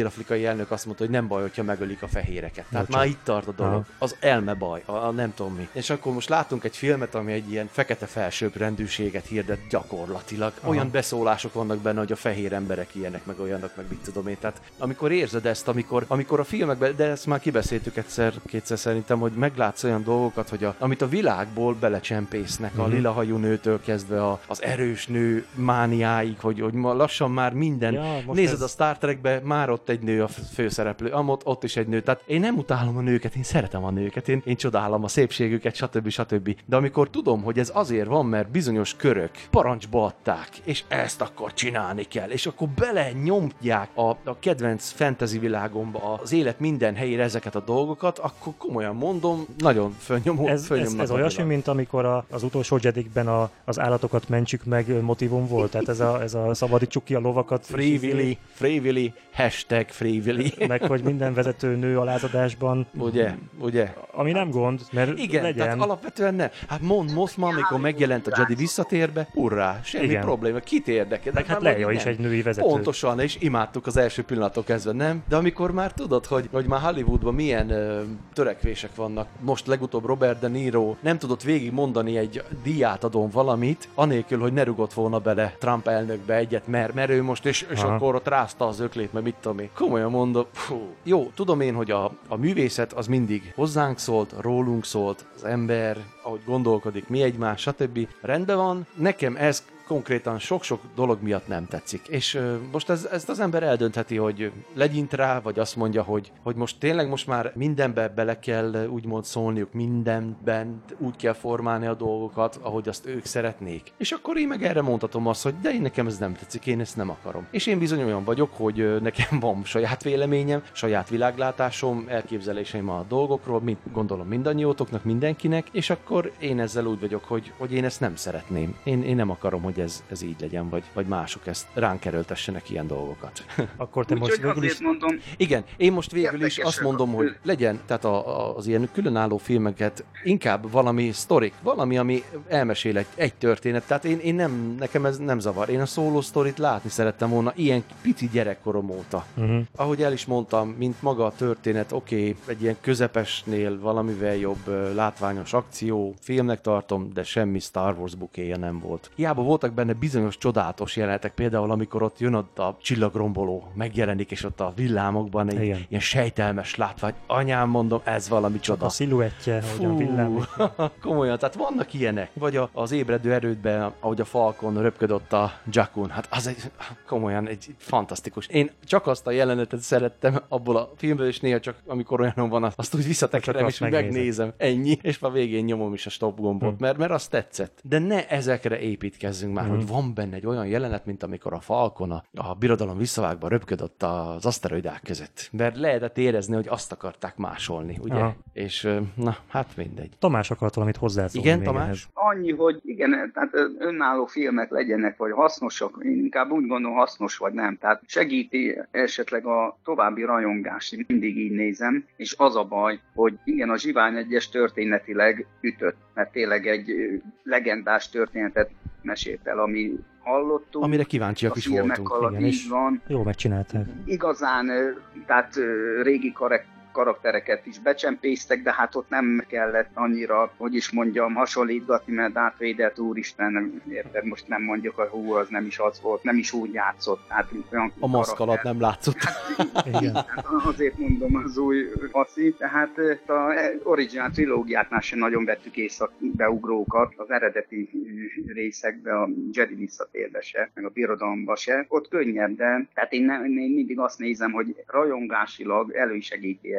elnök azt mondta, hogy nem baj, hogyha megölik a fehéreket. Tehát Bocsánat. már itt tart a dolog. Az elme baj, a nem tudom mi. És akkor most látunk egy filmet, ami egy ilyen fekete felsőbbrendűséget hirdet gyakorlatilag. Olyan beszólások vannak benne, hogy a fehér emberek ilyenek, meg olyanok, meg mit tudom én. Tehát amikor érzed ezt, amikor a filmekben, de ezt már kibeszéltük kétszer szerintem, hogy meglátsz olyan dolgokat, hogy amit a világból belecsempésznek, a lilahajú nőtől kezdve az erős nő mániáig, hogy lassan már minden. Ja, nézed a Star Trekbe, már ott egy nő a főszereplő, ott is egy nő. Tehát én nem utálom a nőket, én szeretem a nőket, én csodálom a szépségüket, stb. De amikor tudom, hogy ez azért van, mert bizonyos körök parancsba adták, és ezt akkor csinálni kell, és akkor bele nyomják a kedvenc fantasy világomba az élet minden helyére ezeket a dolgokat, akkor komolyan mondom, nagyon fölnyomó. Ez olyasmi, mint amikor az utolsó Jedikben az állatokat mentsük meg motivum volt, tehát ez a szabadítsuk ki a lovakat. Free Willy, #FreeWilly. Meg hogy minden vezető nő a lázadásban. Ugye? Ami nem gond, mert igen, legyen. tehát alapvetően nem. Hát Mon Mothma, amikor megjelent a Jedi visszatérbe, hurrá, semmi probléma, kit érdekel. Meg hát Leia is egy női vezető. Pontosan, és imádtuk az első pillanattól kezdve, nem? De amikor már tudod, hogy már Hollywoodban milyen törekvések vannak, most legutóbb Robert De Niro nem tudott végig mondani egy díjátadón valamit, anélkül, hogy ne rugott volna bele Trump elnökbe egyet, mert ő most, és akkor ott rázta az öklét, mert mit tudom én. Komolyan mondom, jó, tudom én, hogy a művészet az mindig hozzánk szólt, rólunk szólt, az ember, ahogy gondolkodik, mi egymás, stb. Rendben van, nekem ez konkrétan sok-sok dolog miatt nem tetszik. És most ezt az ember eldöntheti, hogy legyint rá, vagy azt mondja, hogy most tényleg most már mindenbe bele kell úgymond szólniuk, mindenben úgy kell formálni a dolgokat, ahogy azt ők szeretnék. És akkor én meg erre mondhatom azt, hogy de én nekem ez nem tetszik, én ezt nem akarom. És én bizony olyan vagyok, hogy nekem van saját véleményem, saját világlátásom, elképzeléseim a dolgokról, gondolom mindannyiótoknak, mindenkinek, és akkor én ezzel úgy vagyok, hogy én ezt nem szeretném. Én nem akarom, hogy ez így legyen, vagy mások ezt ránk erőltessenek ilyen dolgokat. Akkor te most végül is... mondom, igen, én most végül is azt mondom, hogy legyen, tehát az ilyen különálló filmeket inkább valami sztorik, valami, ami elmesél egy történet, tehát én nem, nekem ez nem zavar. Én a szóló sztorit látni szerettem volna ilyen pici gyerekkorom óta. Ahogy el is mondtam, mint maga a történet, oké, egy ilyen közepesnél valamivel jobb látványos akció, filmnek tartom, de semmi Star Wars bukéja nem volt. Hiába voltak benne bizonyos csodálatos jelenetek, például amikor ott jön ott a csillagromboló, megjelenik, és ott a villámokban egy ilyen sejtelmes látvány. Anyám, mondom, ez valami csoda. A sziluettje, hogy a villámok. Komolyan, tehát vannak ilyenek. Vagy az ébredő erődben, ahogy a Falcon röpködött a Jakun. Hát az komolyan egy fantasztikus. Én csak azt a jelenetet szerettem abból a filmből, és néha csak amikor olyan van, azt úgy visszatekerem, és megnézem. Ennyi. És már végén nyomom is a stop gombot, mert azt tetszett. De ne ezekre építkezzünk már, hogy van benne egy olyan jelenet, mint amikor a Falcon a birodalom visszavágban röpködött az aszteroidák között. Mert lehetett érezni, hogy azt akarták másolni, ugye? Aha. És na, hát mindegy. Tamás akart valamit hozzászólni. Igen, Tamás? Ehhez. Annyi, hogy igen, tehát önálló filmek legyenek, vagy hasznosak, én inkább úgy gondolom hasznos vagy nem. Tehát segíti esetleg a további rajongást, mindig így nézem, és az a baj, hogy igen, a Zsivány 1-es történetileg ütött, mert tényleg egy legendás történetet mesélt el, ami hallottunk. Amire kíváncsiak is voltunk. Igen, így van. Jól megcsinálták. Igazán, tehát régi karaktereket is becsempésztek, de hát ott nem kellett annyira, hogy is mondjam, hasonlítgatni, mert Darth Vader úristen, érted, most nem mondjuk, hogy hú, az nem is az volt, nem is úgy játszott. Hát, olyan a maszk alatt nem látszott. Hát, igen. Hát azért mondom az új faszi, tehát a original trilógiátnál sem nagyon vettük északbeugrókat, az eredeti részekbe, a Jedi visszatérbe se, meg a birodalomba se, ott könnyebb, de tehát én mindig azt nézem, hogy rajongásilag elősegíti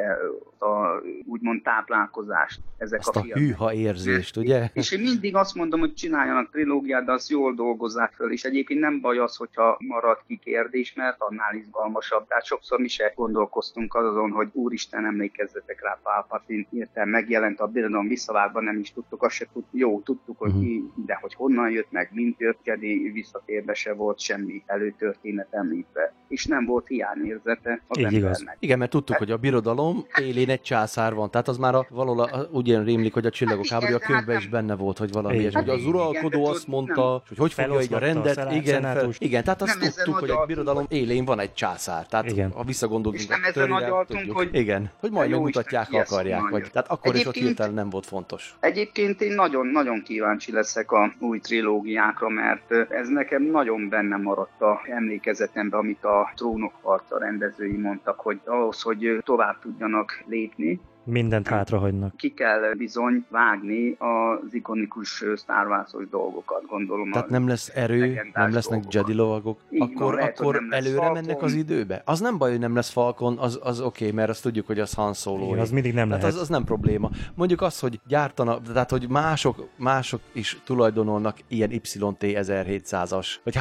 úgymond táplálkozást ezek azt a filmek. Azt a hűha érzést, ugye? És én mindig azt mondom, hogy csináljanak trilógiát, de azt jól dolgozzák föl, és egyébként nem baj az, hogyha marad ki kérdés, mert annál izgalmasabb. Tehát sokszor mi se gondolkoztunk azon, hogy úristen, emlékezzetek rá, Palpatine hirtelen megjelent a birodalom visszavágban, nem is tudtuk, azt se tudtuk, tudtuk, hogy ki, de hogy honnan jött meg, mint jött, Jedi visszatérbe se volt semmi előtörténet említve. És nem volt hiányérzete az embernek. Igen, mert tudtuk, hogy a birodalom birodalom élén egy császár van. Tehát az már valahol úgy ilyen rémlik, hogy a Csillagok háborúja a könyvben is benne volt, hogy valami. Hogy az uralkodó azt mondta, hogy fogja így a rendet. Igen, tehát azt tudtuk, hogy egy birodalom élén van egy császár. Tehát ha visszagondolunk a törvényre, tudjuk. Igen, hogy majd megmutatják, ha akarják. Tehát akkor is ott hirtelen nem volt fontos. Egyébként én nagyon-nagyon kíváncsi leszek a új trilógiákra, mert ez nekem nagyon benne maradt a emlékezetemben, amit a Trónok harca rendezői mondtak, hogy ahhoz, hogy tovább tudjanak lépni, mindent hátrahagynak. Ki kell bizony vágni az ikonikus Star Wars-os dolgokat, gondolom. Tehát nem lesz erő, nem lesznek Jedi lovagok, akkor előre mennek az időbe. Az nem baj, hogy nem lesz Falcon, az oké, mert azt tudjuk, hogy az Han Solo. Igen, az mindig nem lehet. Az nem probléma. Mondjuk azt, hogy gyártanak, tehát hogy mások is tulajdonolnak ilyen YT 1700-as, vagy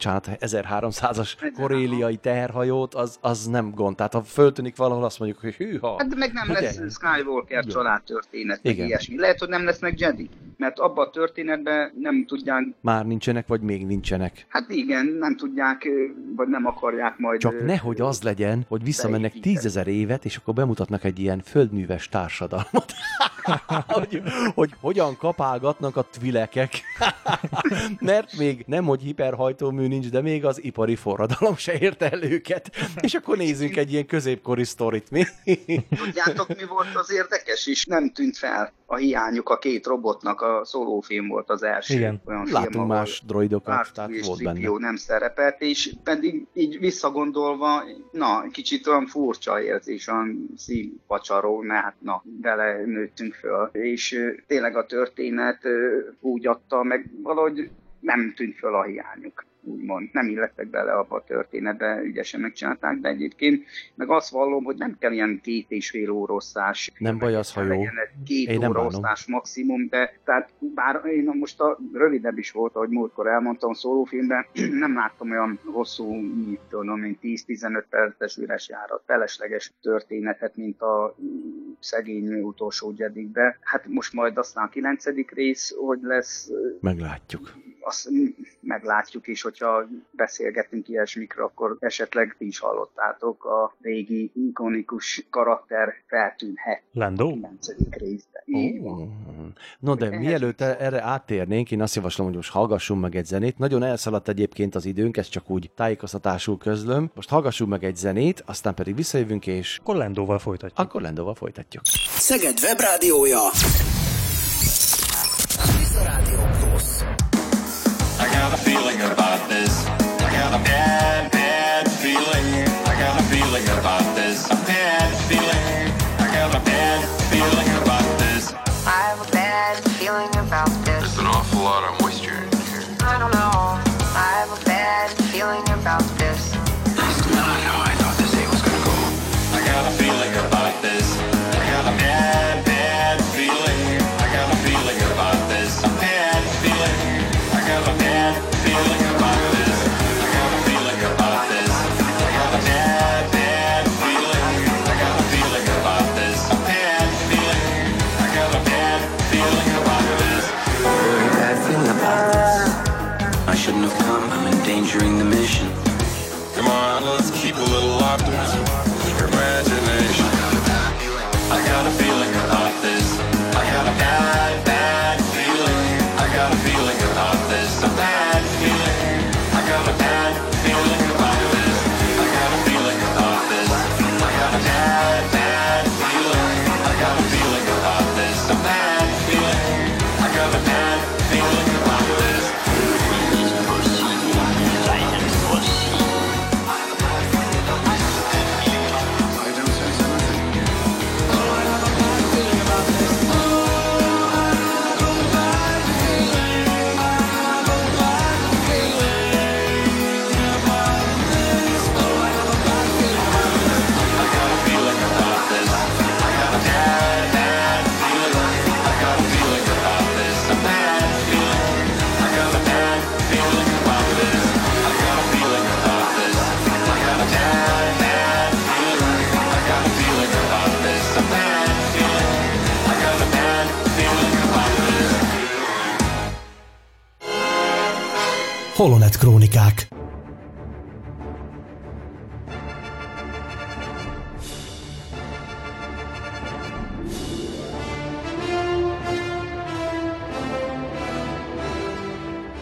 1300-as koréliai teherhajót, az nem gond. Tehát ha föltűnik valahol, azt mondjuk, hogy hűha. Hát meg nem lesz Skywalker családtörténet, meg ilyesmi. Lehet, hogy nem lesznek Jedi, mert abban a történetben nem tudják... Már nincsenek, vagy még nincsenek. Hát igen, nem tudják, vagy nem akarják majd... Csak nehogy az legyen, hogy visszamennek 10 000 évet, és akkor bemutatnak egy ilyen földműves társadalmat. hogy hogyan kapálgatnak a tvilekek. Mert még nem, hogy hiperhajtómű nincs, de még az ipari forradalom se érte el őket. És akkor nézzünk egy ilyen középkori sztorit, mi? Tudjátok, mi volt az érdekes is? Nem tűnt fel a hiányuk a két robotnak, a Solo film volt az első. Igen. Olyan látunk film, más droidokat, tehát volt benne. Nem szerepelt, és pedig így visszagondolva, kicsit olyan furcsa érzés, olyan szívvacsaró, mert bele nőttünk föl. És tényleg a történet úgy adta, meg valahogy nem tűnt föl a hiányuk. Úgymond. Nem illettek bele abba a történetbe, ügyesen megcsinálták, de egyébként meg azt vallom, hogy nem kell ilyen 2,5 órosztás. Nem baj az, ha jó. 2 óra osztás maximum, de tehát bár én most rövidebb is volt, ahogy múltkor elmondtam, Solo filmben, nem láttam olyan hosszú, mint 10-15 perces üres járat, felesleges történetet, mint a szegény utolsó Jedikbe. Hát most majd aztán a 9. rész, hogy lesz... Meglátjuk. Azt meglátjuk is, hogyha beszélgetünk ilyesmikről, akkor esetleg ti is hallottátok, a régi ikonikus karakter feltűnhet. Lando? A 9. részben. No, de mielőtt erre áttérnénk, én azt javaslom, hogy most hallgassunk meg egy zenét. Nagyon elszaladt egyébként az időnk, ezt csak úgy tájékoztatásul közlöm. Most hallgassunk meg egy zenét, aztán pedig visszajövünk, és... Akkor Landóval folytatjuk. Szeged webrádiója. I got a feeling about this. I got a bad, bad feeling. I got a feeling about this. A bad feeling. I got a bad feeling about this. I have a bad feeling about this. There's an awful lot of moisture in here. I don't know. I have a bad feeling about this. That's not how I thought this day was gonna go. I got a feeling about this. I got a bad, bad feeling. I got a feeling about this. A bad feeling. I got a bad feeling about this. I got a feeling about this. I got a bad, bad feeling. I got a feeling about this. A bad feeling. I got a bad feeling about this. Very bad feeling about this. I shouldn't have come. I'm endangering the mission. Come on, let's keep a little optimism. Your imagination. I got a feeling about this. I got a bad, bad feeling. I got a feeling about this. A bad feeling. I got a bad feeling about this. I got a feeling about this. I got a bad, bad feeling. I got a feeling about this. A bad feeling. I got a bad feeling about this. Holonet Krónikák.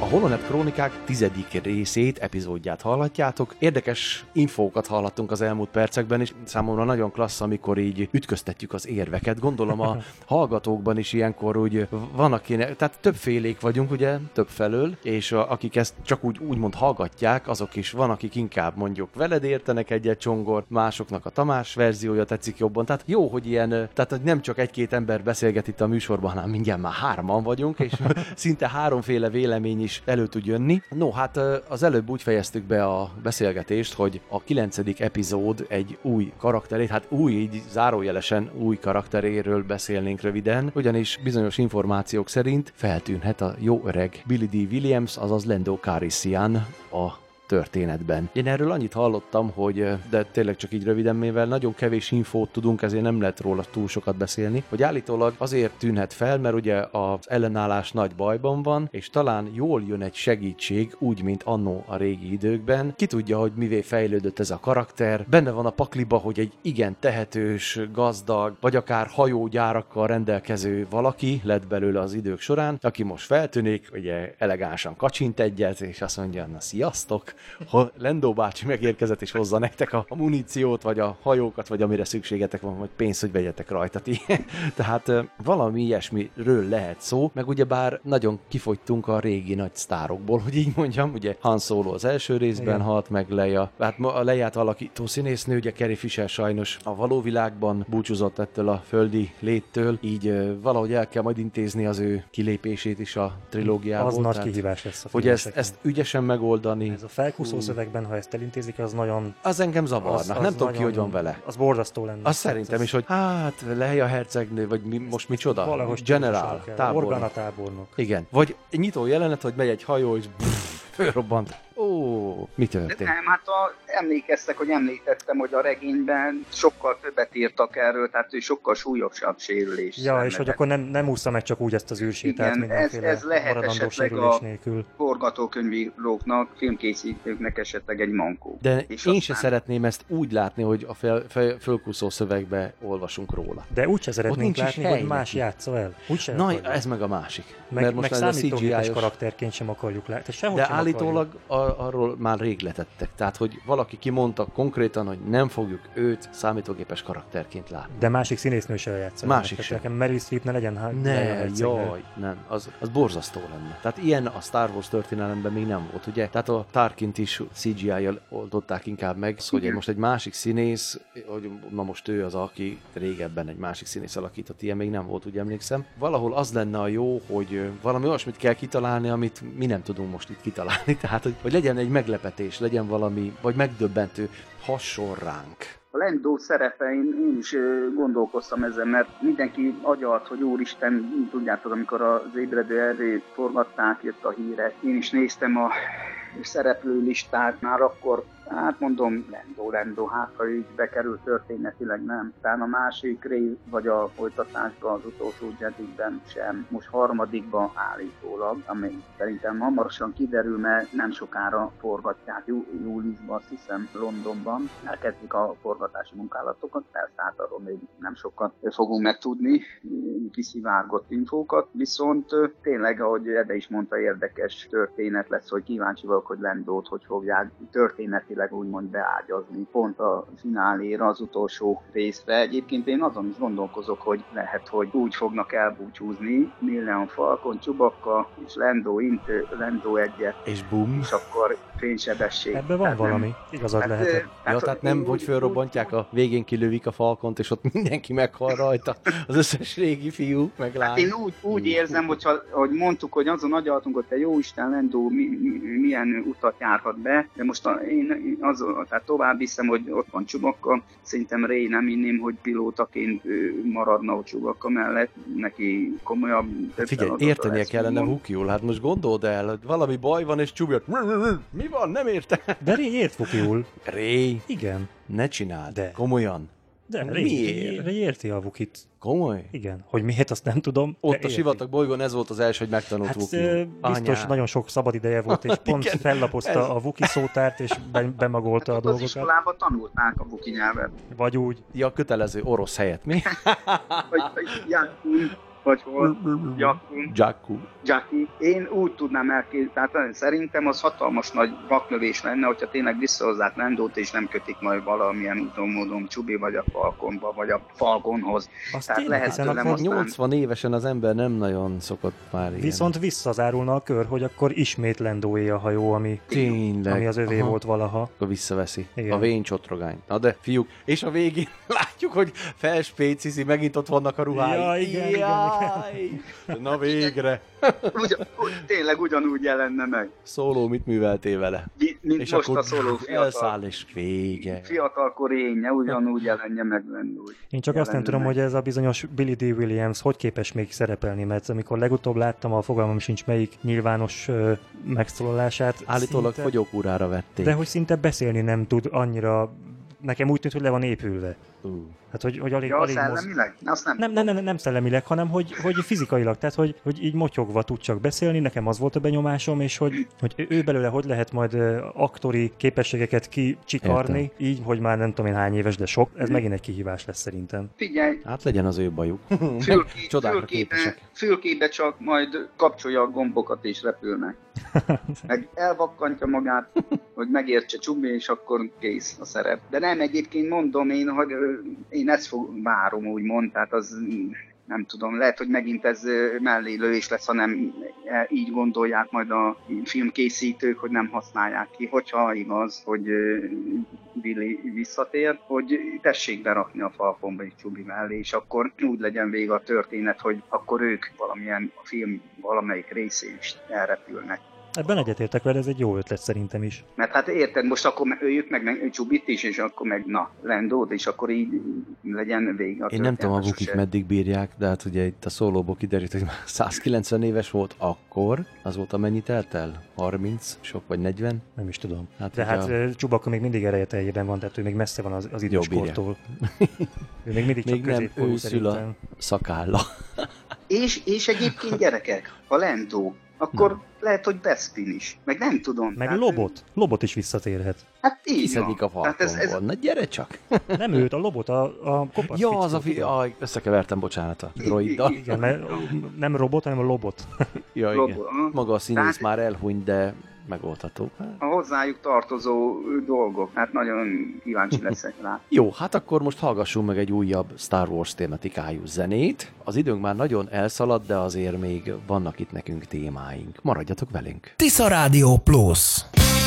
Holonet Krónikák 10. részét, epizódját hallhatjátok. Érdekes infókat hallhattunk az elmúlt percekben, és számomra nagyon klassz, amikor így ütköztetjük az érveket. Gondolom a hallgatókban is ilyenkor úgy van, akinek, tehát többfélék vagyunk, ugye, több felől, és akik ezt csak úgymond hallgatják, azok is van, akik inkább mondjuk veled értenek egyet Csongor, másoknak a Tamás verziója tetszik jobban. Tehát jó, hogy ilyen, tehát nem csak egy-két ember beszélget itt a műsorban, hanem mindjárt már 3-an vagyunk, és szinte 3-féle vélemény is elő tud jönni. No, hát az előbb úgy fejeztük be a beszélgetést, hogy a 9. epizód egy új karakterét, hát új, így zárójelesen új karakteréről beszélnénk röviden, ugyanis bizonyos információk szerint feltűnhet a jó öreg Billy D. Williams, azaz Lando Calrissian a történetben. Én erről annyit hallottam, hogy, de tényleg csak így röviden, mivel nagyon kevés infót tudunk, ezért nem lehet róla túl sokat beszélni, hogy állítólag azért tűnhet fel, mert ugye az ellenállás nagy bajban van, és talán jól jön egy segítség, úgy, mint annó a régi időkben. Ki tudja, hogy mivé fejlődött ez a karakter. Benne van a pakliba, hogy egy igen tehetős, gazdag, vagy akár hajógyárakkal rendelkező valaki lett belőle az idők során, aki most feltűnik, ugye elegánsan kacsint egyet, és azt mondja, na sziasztok, ha Lando bácsi megérkezett és hozza nektek a muníciót, vagy a hajókat, vagy amire szükségetek van, vagy pénzt, hogy vegyetek rajta ti. Tehát valami ilyesmiről lehet szó, meg ugyebár nagyon kifogytunk a régi nagy sztárokból, hogy így mondjam, ugye Han Solo az első részben halt meg Leia. Hát a Leiát alakító színésznő, ugye Carrie Fisher sajnos a való világban búcsúzott ettől a földi léttől, így valahogy el kell majd intézni az ő kilépését is a trilógiából. Az nagy kihívás lesz a hogy ezt ügyesen megoldani. Ez a felkúszó szövegben, ha ezt elintézik, az nagyon... Az engem zavarna. Nem tudom ki, hogy van vele. Az borzasztó lenne. Azt szerintem is, hogy hát Leia hercegnő, vagy most micsoda? Valahogy Generál, tábornok. Organa tábornok. Igen. Vagy nyitó jelenet, hogy megy egy hajó, és fölrobbant. Ó, mi történt? Nem, hát emlékeztek, hogy említettem, hogy a regényben sokkal többet írtak erről, tehát ő sokkal súlyosabb sérülés. Ja, és hogy akkor nem ússza meg csak úgy ezt az űrsétát mindenféle ez lehet maradandó esetleg sérülés a nélkül. Forgatókönyvíróknak, filmkészítőknek esetleg egy mankó. De és én se szeretném ezt úgy látni, hogy a fölkúszó szövegbe olvasunk róla. De úgy se szeretnénk látni, hogy más játsza el. Na, ez meg a másik. Meg számítógépes karakterként sem akarjuk látni. De állítólag arról már rég letettek. Tehát, hogy valaki kimondta konkrétan, hogy nem fogjuk őt számítógépes karakterként látni. De másik színésznő sem játsza. Másik sem. Nekem Meryl Streep ne legyen nem, az borzasztó lenne. Tehát ilyen a Star Wars történelemben még nem volt, ugye? Tehát a Tarkint is CGI-jal oldották inkább meg, hogy most egy másik színész, hogy na most ő az, aki régebben egy másik színész alakított, ilyen még nem volt, úgy emlékszem. Valahol az lenne a jó, hogy valami olyasmit kell kitalálni, amit mi nem tudunk most itt kitalálni. Tehát, hogy legyen egy meglepetés, legyen valami, vagy megdöbbentő, hasonl ránk. A Lando szerepein én is gondolkoztam ezen, mert mindenki agyalt, hogy úristen, tudjátok, amikor az ébredő erő forgatták, jött a hírek. Én is néztem a szereplőlistát, már akkor, hát mondom, Lando, hát ha így bekerül történetileg, nem. Talán a másik rész, vagy a folytatásban, az utolsó Jedikben sem. Most harmadikban állítólag, ami szerintem hamarosan kiderül, mert nem sokára forgatják, júliusban, azt hiszem, Londonban. Elkezdik a forgatási munkálatokat, persze hát arról még nem sokat fogunk megtudni, kiszivárgott infókat, viszont tényleg, ahogy Ede is mondta, érdekes történet lesz, hogy kíváncsi vagyok, hogy Landót hogy fogják történetileg úgymond beágyazni pont a fináléra, az utolsó részre. Egyébként én azon is gondolkozok, hogy lehet, hogy úgy fognak elbúcsúzni Millennium Falcon, Chewbacca és Lando egyet. És bum. És akkor fénysebesség. Ebben van valami. Igazad lehet. Tehát nem, hogy fölrobbantják, a végén kilövik a Falcont, és ott mindenki meghal rajta. Az összes régi fiú, meg lány. Hát én úgy érzem, hogy mondtuk, hogy azon agyaltunk, hogy te jóisten Lando milyen utat járhat be, de most tehát tovább hiszem, hogy ott van Chewbacca, szerintem Rey nem inném, hogy pilótaként maradna a Chewbacca mellett, neki komolyabb... Figyelj, értenie kellene Wookiee-ul, hát most gondold el, hogy valami baj van, és Chewbacca, mi van, nem érte? De Rey ért Wookiee-ul. Rey? Igen. Ne csináld, de. Komolyan. De miért? Rey érti a Wookieet. Komoly? Igen. Hogy miért, azt nem tudom. Ott a sivatag bolygón ez volt az első, hogy megtanult Wookiee. Biztos nagyon sok szabad ideje volt, és pont igen, fellapozta a Wookiee szótárt, és bemagolta a dolgokat. Az iskolában tanulták a Wookiee nyelvet. Vagy úgy. Ja, kötelező orosz helyett, mi? vagy hol, Jakku. Jackie. Én úgy tudnám elképzelni, tehát szerintem az hatalmas nagy vaknövés lenne, hogyha tényleg visszahozzák Landót, és nem kötik majd valamilyen úton módon Csubi, vagy a Falconba, vagy a Falconhoz. Tehát lehet tőlem aztán... 80 évesen az ember nem nagyon szokott már ilyen. Viszont visszazárulna a kör, hogy akkor ismét Landóé a hajó, ami az övé volt valaha. Akkor visszaveszi. Igen. A vén csotrogány. Na de, fiúk, és a végén látjuk, hogy felspécizi, megint ott vannak a ruhái. Ja, igen. Na végre. Tényleg ugyanúgy jelenne meg. Szóló, mit műveltél vele? Mint és most akkor a Szóló fiatal. elszáll és vége. Fiatalkori énje ugyanúgy jelenje meg Landó. Én csak azt nem tudom, hogy ez a bizonyos Billy D. Williams hogy képes még szerepelni, mert amikor legutóbb láttam, a fogalmam sincs melyik nyilvános megszólalását. Állítólag fogyókúrára vették. De hogy szinte beszélni nem tud annyira, nekem úgy tűnt, hogy le van épülve. Hát, hogy alig szellemileg? Nem szellemileg, hanem hogy fizikailag, tehát hogy így motyogva tud csak beszélni, nekem az volt a benyomásom, és hogy ő belőle hogy lehet majd aktori képességeket kicsikarni, Értem. így, hogy már nem tudom én hány éves, de sok, ez megint egy kihívás lesz szerintem. Figyelj! Hát legyen az ő bajuk. Csodákra képesek. Fülkébe csak majd kapcsolja a gombokat és repülnek. Meg elvakkantja magát, hogy megértse Csubi, és akkor kész a szerep. De nem, egyébként mondom én, hogy én ezt várom, úgymond, tehát az nem tudom, lehet, hogy megint ez mellélőés lesz, hanem így gondolják majd a filmkészítők, hogy nem használják ki, hogyha igaz, hogy Billy visszatér, hogy tessék berakni a Falconba és Csubi mellé, és akkor úgy legyen vége a történet, hogy akkor ők valamilyen a film valamelyik részén is elrepülnek. Ebben egyetértek veled, ez egy jó ötlet szerintem is. Mert hát érted, most akkor öljük meg Csubit is, és akkor meg Landót, és akkor így legyen vége a Én nem tudom, a Wookieek meddig bírják, de hát ugye itt a szólóból kiderült, hogy már 190 éves volt akkor, azóta mennyit eltel? 30, sok vagy 40? Nem is tudom. Hát de hát Chewbacca még mindig erejeteljében van, tehát ő még messze van az időskortól. Ő még mindig csak középkorú szerintem. A szakálla. És egyébként gyerekek, a Lando, akkor lehet, hogy Bespin is. Meg nem tudom. Meg Lobot is visszatérhet. Hát így kiszedik a Falconból. Na gyere csak! Nem őt, a Lobot, a kopasz. Ja, az összekevertem, bocsánat a droiddal. Igen, mert nem robot, hanem a Lobot. Ja, igen. Maga a színész már elhunyt, de megoldható. A hozzájuk tartozó dolgok, hát nagyon kíváncsi leszek rá. Jó, hát akkor most hallgassunk meg egy újabb Star Wars tematikájú zenét. Az időnk már nagyon elszaladt, de azért még vannak itt nekünk témáink. Maradjatok velünk! Tisza Rádió Plus.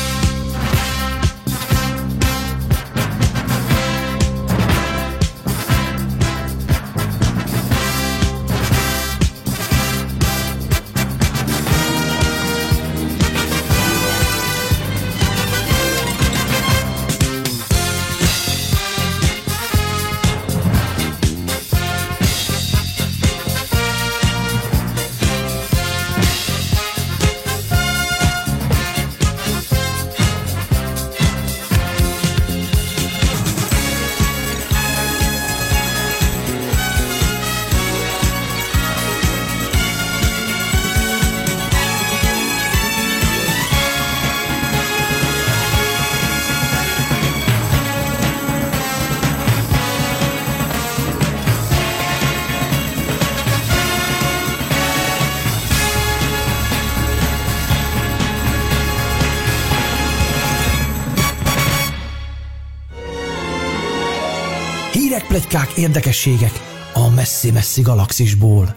Hírek, pletykák, érdekességek a messzi-messzi galaxisból.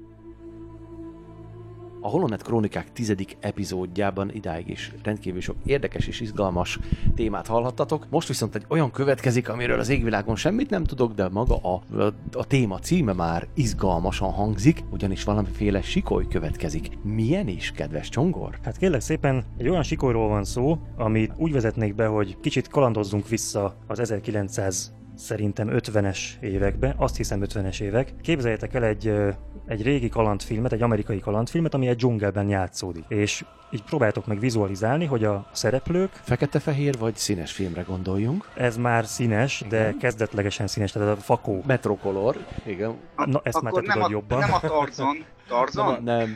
A Holonet Krónikák 10. epizódjában idáig is rendkívül sok érdekes és izgalmas témát hallhattatok. Most viszont egy olyan következik, amiről az égvilágon semmit nem tudok, de maga a téma címe már izgalmasan hangzik, ugyanis valamiféle sikoly következik. Milyen is, kedves Csongor? Hát kérlek szépen, egy olyan sikolyról van szó, amit úgy vezetnék be, hogy kicsit kalandozzunk vissza az 1900 szerintem 50-es évekbe, azt hiszem 50-es évek. Képzeljétek el egy régi kalandfilmet, egy amerikai kalandfilmet, ami egy dzsungelben játszódik. És így próbáljátok meg vizualizálni, hogy a szereplők... Fekete-fehér vagy színes filmre gondoljunk? Ez már színes, de igen. Kezdetlegesen színes, tehát a fakó. Metrocolor, igen. Na, ezt már te tudod jobban. Nem a Tarzan. Tarzan? Nem.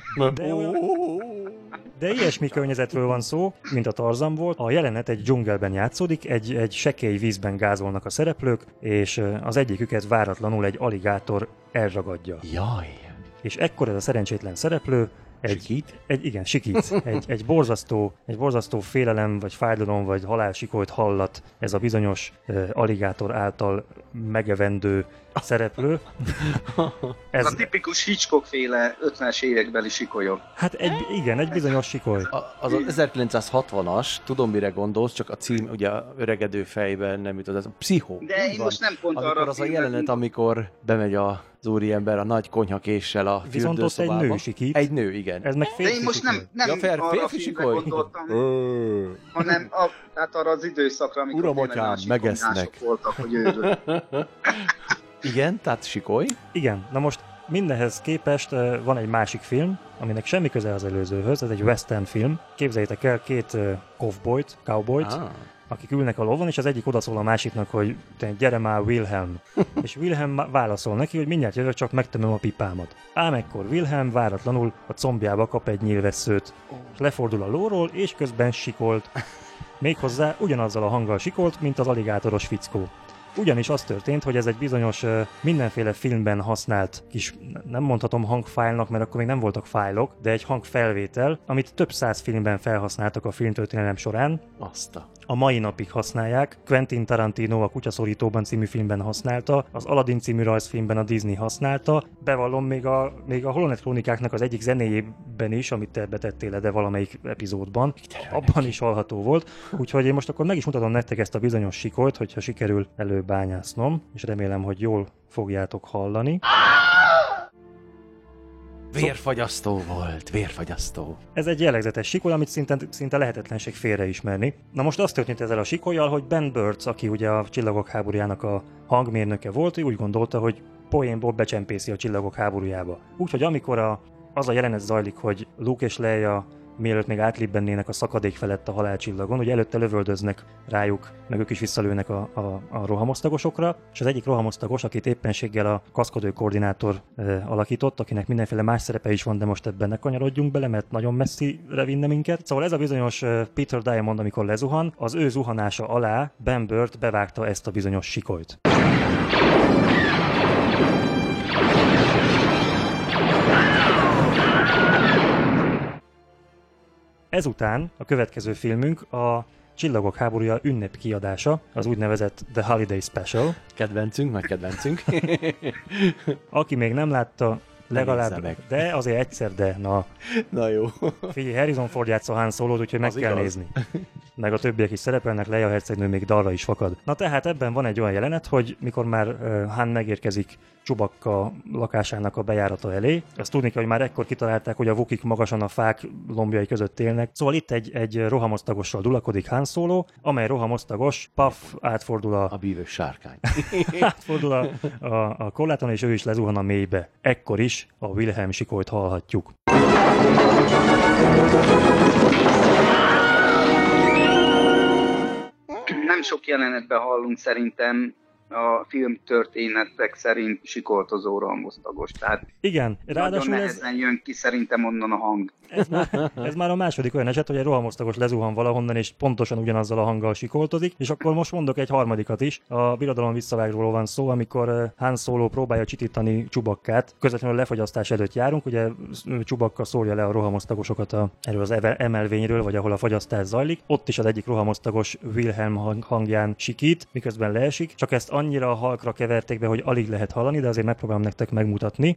De ilyesmi környezetről van szó, mint a Tarzan volt. A jelenet egy dzsungelben játszódik, egy sekély vízben gázolnak a szereplők, és az egyiküket váratlanul egy aligátor elragadja. Jaj! És ekkor ez a szerencsétlen szereplő Sikít? Sikít. Egy borzasztó félelem, vagy fájdalom, vagy halálsikolyt hallat ez a bizonyos aligátor által megevendő szereplő. Ez a tipikus Hitchcock-féle 50-es évekbeli sikolyok. Hát egy bizonyos sikoly. Az 1960-as, tudom mire gondolsz, csak a cím ugye öregedő fejben nem jut az a Pszichó. De én most nem pont arra amikor az a jelenet, amikor bemegy az úriember a nagy konyhakéssel a fürdőszobába. Viszont ott egy nő sikít. Egy nő, igen. Ez meg de én most nem arra a filmre gondoltam, hanem tehát arra az időszakra, amikor Uram, atyám, megesznek. Voltak, hogy őrök. Igen, tehát sikoly. Igen, na most mindenhez képest van egy másik film, aminek semmi köze az előzőhöz, ez egy western film. Képzeljétek el két cowboyt, akik ülnek a lovon, és az egyik odaszól a másiknak, hogy te gyere már, Wilhelm. És Wilhelm válaszol neki, hogy mindjárt jövök, csak megtömöm a pipámat. Ám ekkor Wilhelm váratlanul a combjába kap egy nyílvesszőt. És lefordul a lóról, és közben sikolt. Méghozzá ugyanazzal a hanggal sikolt, mint az aligátoros fickó. Ugyanis az történt, hogy ez egy bizonyos mindenféle filmben használt kis, nem mondhatom hangfájlnak, mert akkor még nem voltak fájlok, de egy hangfelvétel, amit több száz filmben felhasználtak a filmtörténelem során. A mai napig használják. Quentin Tarantino a Kutyaszorítóban című filmben használta, az Aladdin című rajzfilmben a Disney használta. Bevallom, még a Holonet Krónikáknak az egyik zenéjében is, amit te betettél le, de valamelyik epizódban, abban is hallható volt. Úgyhogy én most akkor meg is mutatom nektek ezt a bizonyos sikolyt, hogyha sikerül előbányásznom, és remélem, hogy jól fogjátok hallani. Vérfagyasztó volt, vérfagyasztó. Ez egy jellegzetes sikoly, amit szinte lehetetlenség félreismerni. Na most azt történt ezzel a sikolyjal, hogy Ben Burtt, aki ugye a Csillagok háborújának a hangmérnöke volt, ő úgy gondolta, hogy poénból becsempészi a Csillagok háborújába. Úgyhogy amikor az a jelenet zajlik, hogy Luke és Leia mielőtt még átlibbennének a szakadék felett a halálcsillagon, ugye előtte lövöldöznek rájuk, meg ők is visszalőnek a rohamosztagosokra, és az egyik rohamosztagos, akit éppenséggel a kaszkodő koordinátor alakított, akinek mindenféle más szerepe is van, de most ebben ne kanyarodjunk bele, mert nagyon messzire vinne minket. Szóval ez a bizonyos Peter Diamond, amikor lezuhan, az ő zuhanása alá Ben Burtt bevágta ezt a bizonyos sikolyt. Ezután a következő filmünk a Csillagok háborúja ünnepkiadása, az úgynevezett The Holiday Special. Kedvencünk, nagy kedvencünk. Aki még nem látta, legalább, de azért egyszer, de na jó. Figyelj, Harrison Ford játsza Han Solót, úgyhogy meg kell nézni. Meg a többiek is szerepelnek, Leia hercegnő még dalra is fakad. Na tehát ebben van egy olyan jelenet, hogy mikor már Han megérkezik Chewbacca lakásának a bejárata elé, azt tudni kell, hogy már ekkor kitalálták, hogy a Wookieek magasan a fák lombjai között élnek. Szóval itt egy rohamosztagossal dulakodik Han Solo, amely rohamosztagos, átfordul a bűvös sárkány. átfordul a korláton, és ő is lezuhan a mélybe. Ekkor is a Wilhelm sikolyt hallhatjuk. Nem sok jelenetben hallunk szerintem a filmtörténetek szerint sikoltozó rohamosztagos. Tehát igen, ráadásul nagyon nehezen jön ki szerintem onnan a hang. Ez már a második olyan eset, hogy egy rohamosztagos lezuhan valahonnan, és pontosan ugyanazzal a hanggal sikoltozik, és akkor most mondok egy harmadikat is. A Birodalom visszavágról van szó, amikor Han Solo próbálja csitítani Chewbaccát. Közvetlenül a lefagyasztás előtt járunk, ugye Chewbacca szórja le a rohamosztagosokat erről az emelvényről, vagy ahol a fagyasztás zajlik. Ott is az egyik rohamosztagos Wilhelm hangján sikít, miközben leesik, csak ezt annyira halkra keverték be, hogy alig lehet hallani, de azért megpróbálom nektek megmutatni.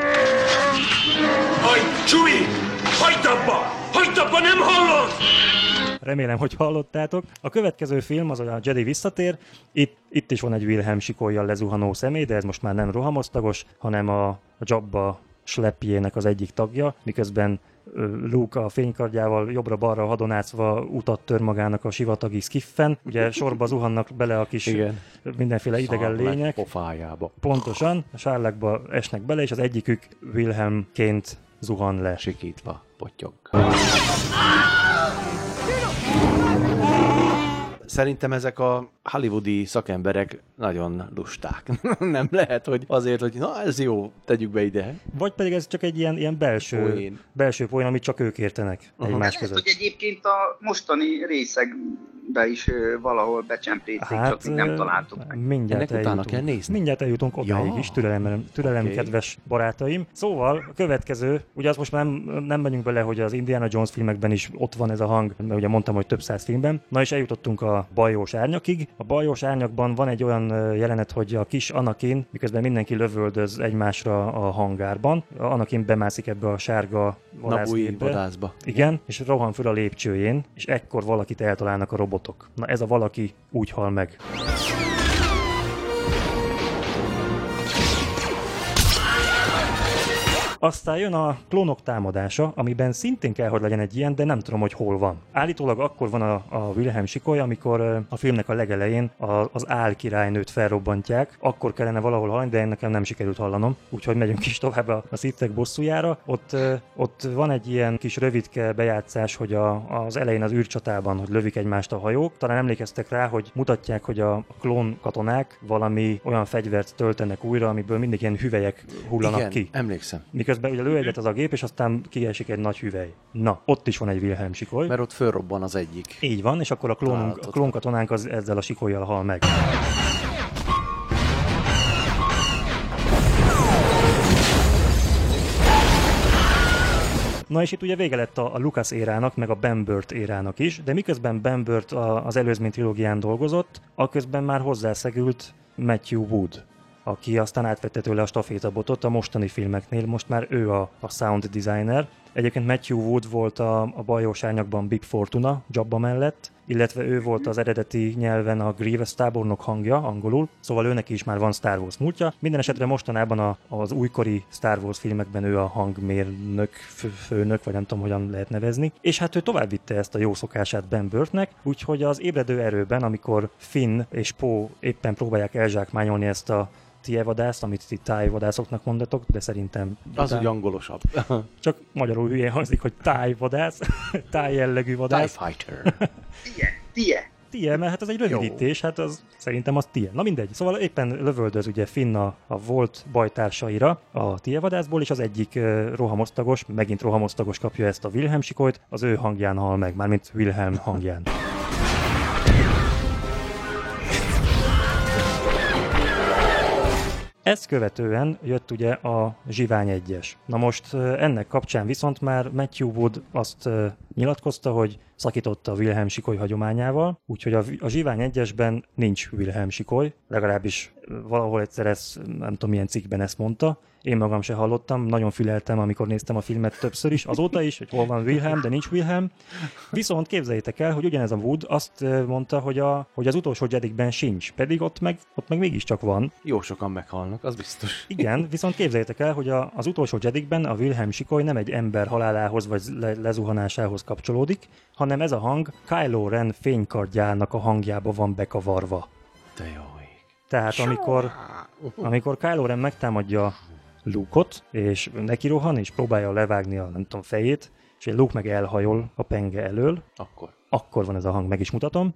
Chewie! Hagyd abba! Hagyd abba, nem hallod! Remélem, hogy hallottátok. A következő film, az a Jedi visszatér. Itt is van egy Wilhelm sikollyal lezuhanó személy, de ez most már nem rohamosztagos, hanem a Jabba slepjének az egyik tagja, miközben Luke a fénykardjával jobbra-balra hadonácva utat tör magának a sivatagi skiffen. Ugye sorba zuhannak bele a kis mindenféle idegen lények. Pofájába. Pontosan, a sárlákba esnek bele, és az egyikük Wilhelmként zuhan le. Sikítva, pottyog. szerintem ezek a hollywoodi szakemberek nagyon lusták. Nem lehet, hogy azért, hogy na ez jó, tegyük be ide. Vagy pedig ez csak egy ilyen belső poén, amit csak ők értenek egymás között. Hogy egyébként a mostani részekbe is valahol becsempészték, csak még nem találtuk meg. Mindjárt eljutunk odáig is, türelem kedves barátaim. Szóval a következő, ugye azt most nem megyünk bele, hogy az Indiana Jones filmekben is ott van ez a hang, mert ugye mondtam, hogy több száz filmben. Na és eljutottunk a bajós árnyakig. A bajós árnyakban van egy olyan jelenet, hogy a kis Anakin, miközben mindenki lövöldöz egymásra a hangárban, Anakin bemászik ebbe a sárga vadászba. Igen, és rohan föl a lépcsőjén, és ekkor valakit eltalálnak a robotok. Na ez a valaki úgy hal meg. Aztán jön a klónok támadása, amiben szintén kell, hogy legyen egy ilyen, de nem tudom, hogy hol van. Állítólag akkor van a Wilhelm sikoly, amikor a filmnek a legelején az álkirálynőt felrobbantják, akkor kellene valahol hallani, de nekem nem sikerült hallanom, úgyhogy megyünk is tovább a Sithek bosszújára. Ott van egy ilyen kis rövidke bejátszás, hogy az elején az űrcsatában, hogy lövik egymást a hajók. Talán emlékeztek rá, hogy mutatják, hogy a klón katonák valami olyan fegyvert töltenek újra, amiből mindig ilyen hüvelyek hullanak ki. Emlékszem. Miközben ugye lő egyet az a gép, és aztán kiesik egy nagy hüvely. Na, ott is van egy Wilhelm sikoly. Mert ott fölrobban az egyik. Így van, és akkor a klónkatonánk az ezzel a sikolyjal hal meg. Na és itt ugye vége lett a Lucas érának, meg a Ben Burt érának is, de miközben Ben Burt az előzmény trilógián dolgozott, aközben már hozzászegült Matthew Wood, aki aztán átvette tőle a stafétabotot a mostani filmeknél, most már ő a sound designer. Egyébként Matthew Wood volt a bajós árnyakban Bib Fortuna, Jabba mellett, illetve ő volt az eredeti nyelven a Grievous tábornok hangja, angolul, szóval őnek is már van Star Wars múltja. Minden esetre mostanában az újkori Star Wars filmekben ő a hangmérnök, főnök, vagy nem tudom, hogyan lehet nevezni. És hát ő tovább vitte ezt a jó szokását Ben Burtnek, úgyhogy az ébredő erőben, amikor Finn és Poe éppen próbálják elzsákmányolni ezt a TIE-vadászt, amit ti TIE-vadászoknak mondatok, de szerintem... Az úgy angolosabb. Csak magyarul hülyén hangzik, hogy TIE-vadász, TIE jellegű vadász. TIE Fighter. TIE, mert hát ez egy rövidítés, hát az, szerintem az TIE. Na mindegy, szóval éppen lövöldöz ugye Finn a volt bajtársaira a TIE-vadászból, és az egyik rohamosztagos, megint rohamosztagos kapja ezt a Wilhelm sikolyt, az ő hangján hal meg, mármint Wilhelm hangján. Ezt követően jött ugye a Zsivány 1-es. Na most ennek kapcsán viszont már Matthew Wood azt nyilatkozta, hogy szakította a Wilhelm sikoly hagyományával, úgyhogy a Zsivány 1-esben nincs Wilhelm sikoly, legalábbis valahol egyszer ezt, nem tudom milyen cikkben ezt mondta. Én magam se hallottam, nagyon füleltem, amikor néztem a filmet többször is, azóta is, hogy hol van Wilhelm, de nincs Wilhelm. Viszont képzeljétek el, hogy ugyanez a Wood azt mondta, hogy az utolsó Jedikben sincs, pedig ott meg mégiscsak van. Jó sokan meghalnak, az biztos. Igen, viszont képzeljétek el, hogy az utolsó Jedikben a Wilhelm sikoly nem egy ember halálához vagy lezuhanásához kapcsolódik, hanem ez a hang Kylo Ren fénykardjának a hangjába van bekavarva. De jó. Tehát amikor Kylo Ren megtámadja Luke-ot, és neki rohan, és próbálja levágni a nem tudom fejét, és Luke meg elhajol a penge elől, akkor van ez a hang, meg is mutatom.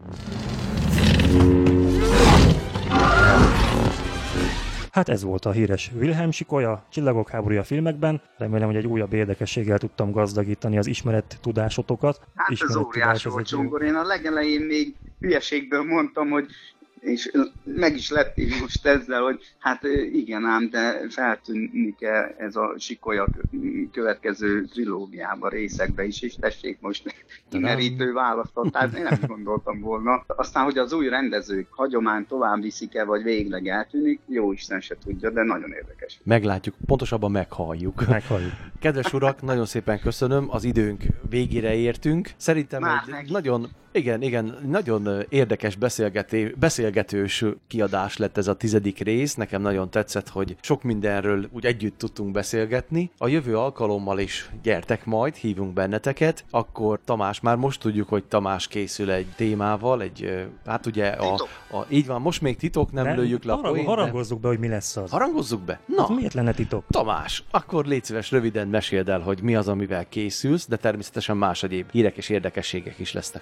Hát ez volt a híres Wilhelm sikoly a Csillagok háborúja filmekben. Remélem, hogy egy újabb érdekességgel tudtam gazdagítani az ismeret tudásotokat. Hát ez óriás volt, Csongor. Én a legelején még hülyeségből mondtam, hogy és meg is lett így most ezzel, hogy hát igen ám, de feltűnik-e ez a sikoly a következő trilógiában, részekben is, és tessék most kimerítő választott, tehát én nem gondoltam volna. Aztán, hogy az új rendezők hagyomány tovább viszik-e, vagy végleg eltűnik, jó Isten se tudja, de nagyon érdekes. Meglátjuk, pontosabban meghalljuk. Kedves urak, nagyon szépen köszönöm, az időnk végére értünk. Szerintem egy nagyon érdekes beszélgetős kiadás lett ez a 10. rész. Nekem nagyon tetszett, hogy sok mindenről úgy együtt tudtunk beszélgetni. A jövő alkalommal is gyertek majd, hívunk benneteket. Akkor Tamás, már most tudjuk, hogy Tamás készül egy témával, hát ugye így van, most még titok, nem lőjük le a poént. Harangozzuk be, hogy mi lesz az. Harangozzuk be? Na. Az miért lenne titok? Tamás, akkor légy szíves, röviden meséld el, hogy mi az, amivel készülsz, de természetesen más egyéb hírek és érdekességek is lesznek majd a következő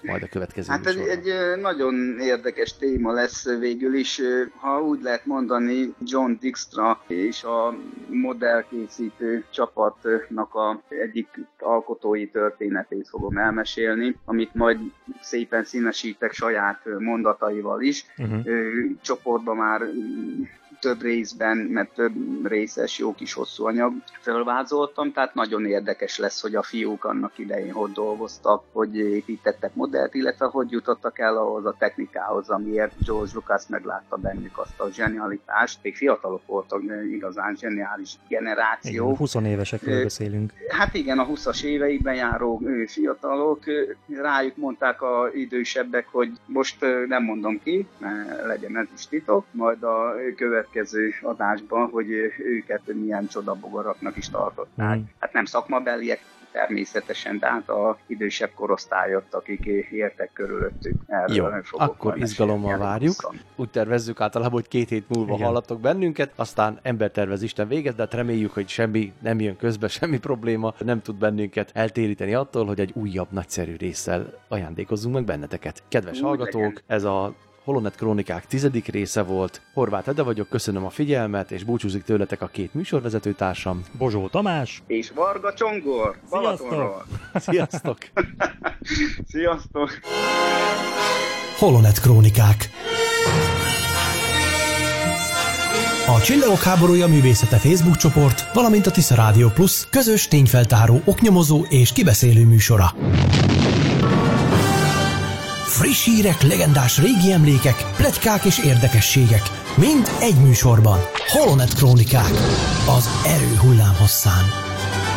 következő Hát műsorban. egy nagyon érdekes téma lesz végül is, ha úgy lehet mondani, John Dykstra és a modellkészítő csapatnak a egyik alkotói történetét fogom elmesélni, amit majd szépen színesítek saját mondataival is. Csoportban már több részben, mert több részes, jó kis hosszú anyag felvázoltam, tehát nagyon érdekes lesz, hogy a fiúk annak idején hogy dolgoztak, hogy építettek modellt, illetve hogy jutottak el ahhoz a technikához, amiért George Lucas meglátta bennük azt a zsenialitást. Még fiatalok voltak, igazán zseniális generáció. Igen, 20 évesekről beszélünk. Hát igen, a 20-as éveikben járó fiatalok, rájuk mondták az idősebbek, hogy most nem mondom ki, legyen ez is titok, majd a következő adásban, hogy őket milyen csodabogaraknak is tartották. Hát nem szakmabeliek természetesen, de hát a idősebb korosztályot, akik értek körülöttük. Jó, akkor izgalommal várjuk. Úgy tervezzük általában, hogy 2 hét múlva hallatok bennünket, aztán ember tervez Isten véget, de hát reméljük, hogy semmi nem jön közbe, semmi probléma nem tud bennünket eltéríteni attól, hogy egy újabb nagyszerű résszel ajándékozzunk meg benneteket. Kedves hallgatók, ez a Holonet Krónikák 10. része volt. Horváth Ede vagyok, köszönöm a figyelmet, és búcsúzik tőletek a 2 műsorvezetőtársam. Bozsó Tamás és Varga Csongor, Balatonról. Sziasztok! Sziasztok! Holonet Krónikák. A Csillagok háborúja művészete Facebook csoport, valamint a Tisza Rádió Plus közös tényfeltáró, oknyomozó és kibeszélő műsora. Friss hírek, legendás régi emlékek, pletykák és érdekességek. Mind egy műsorban. Holonet Krónikák. Az erő hullámhosszán.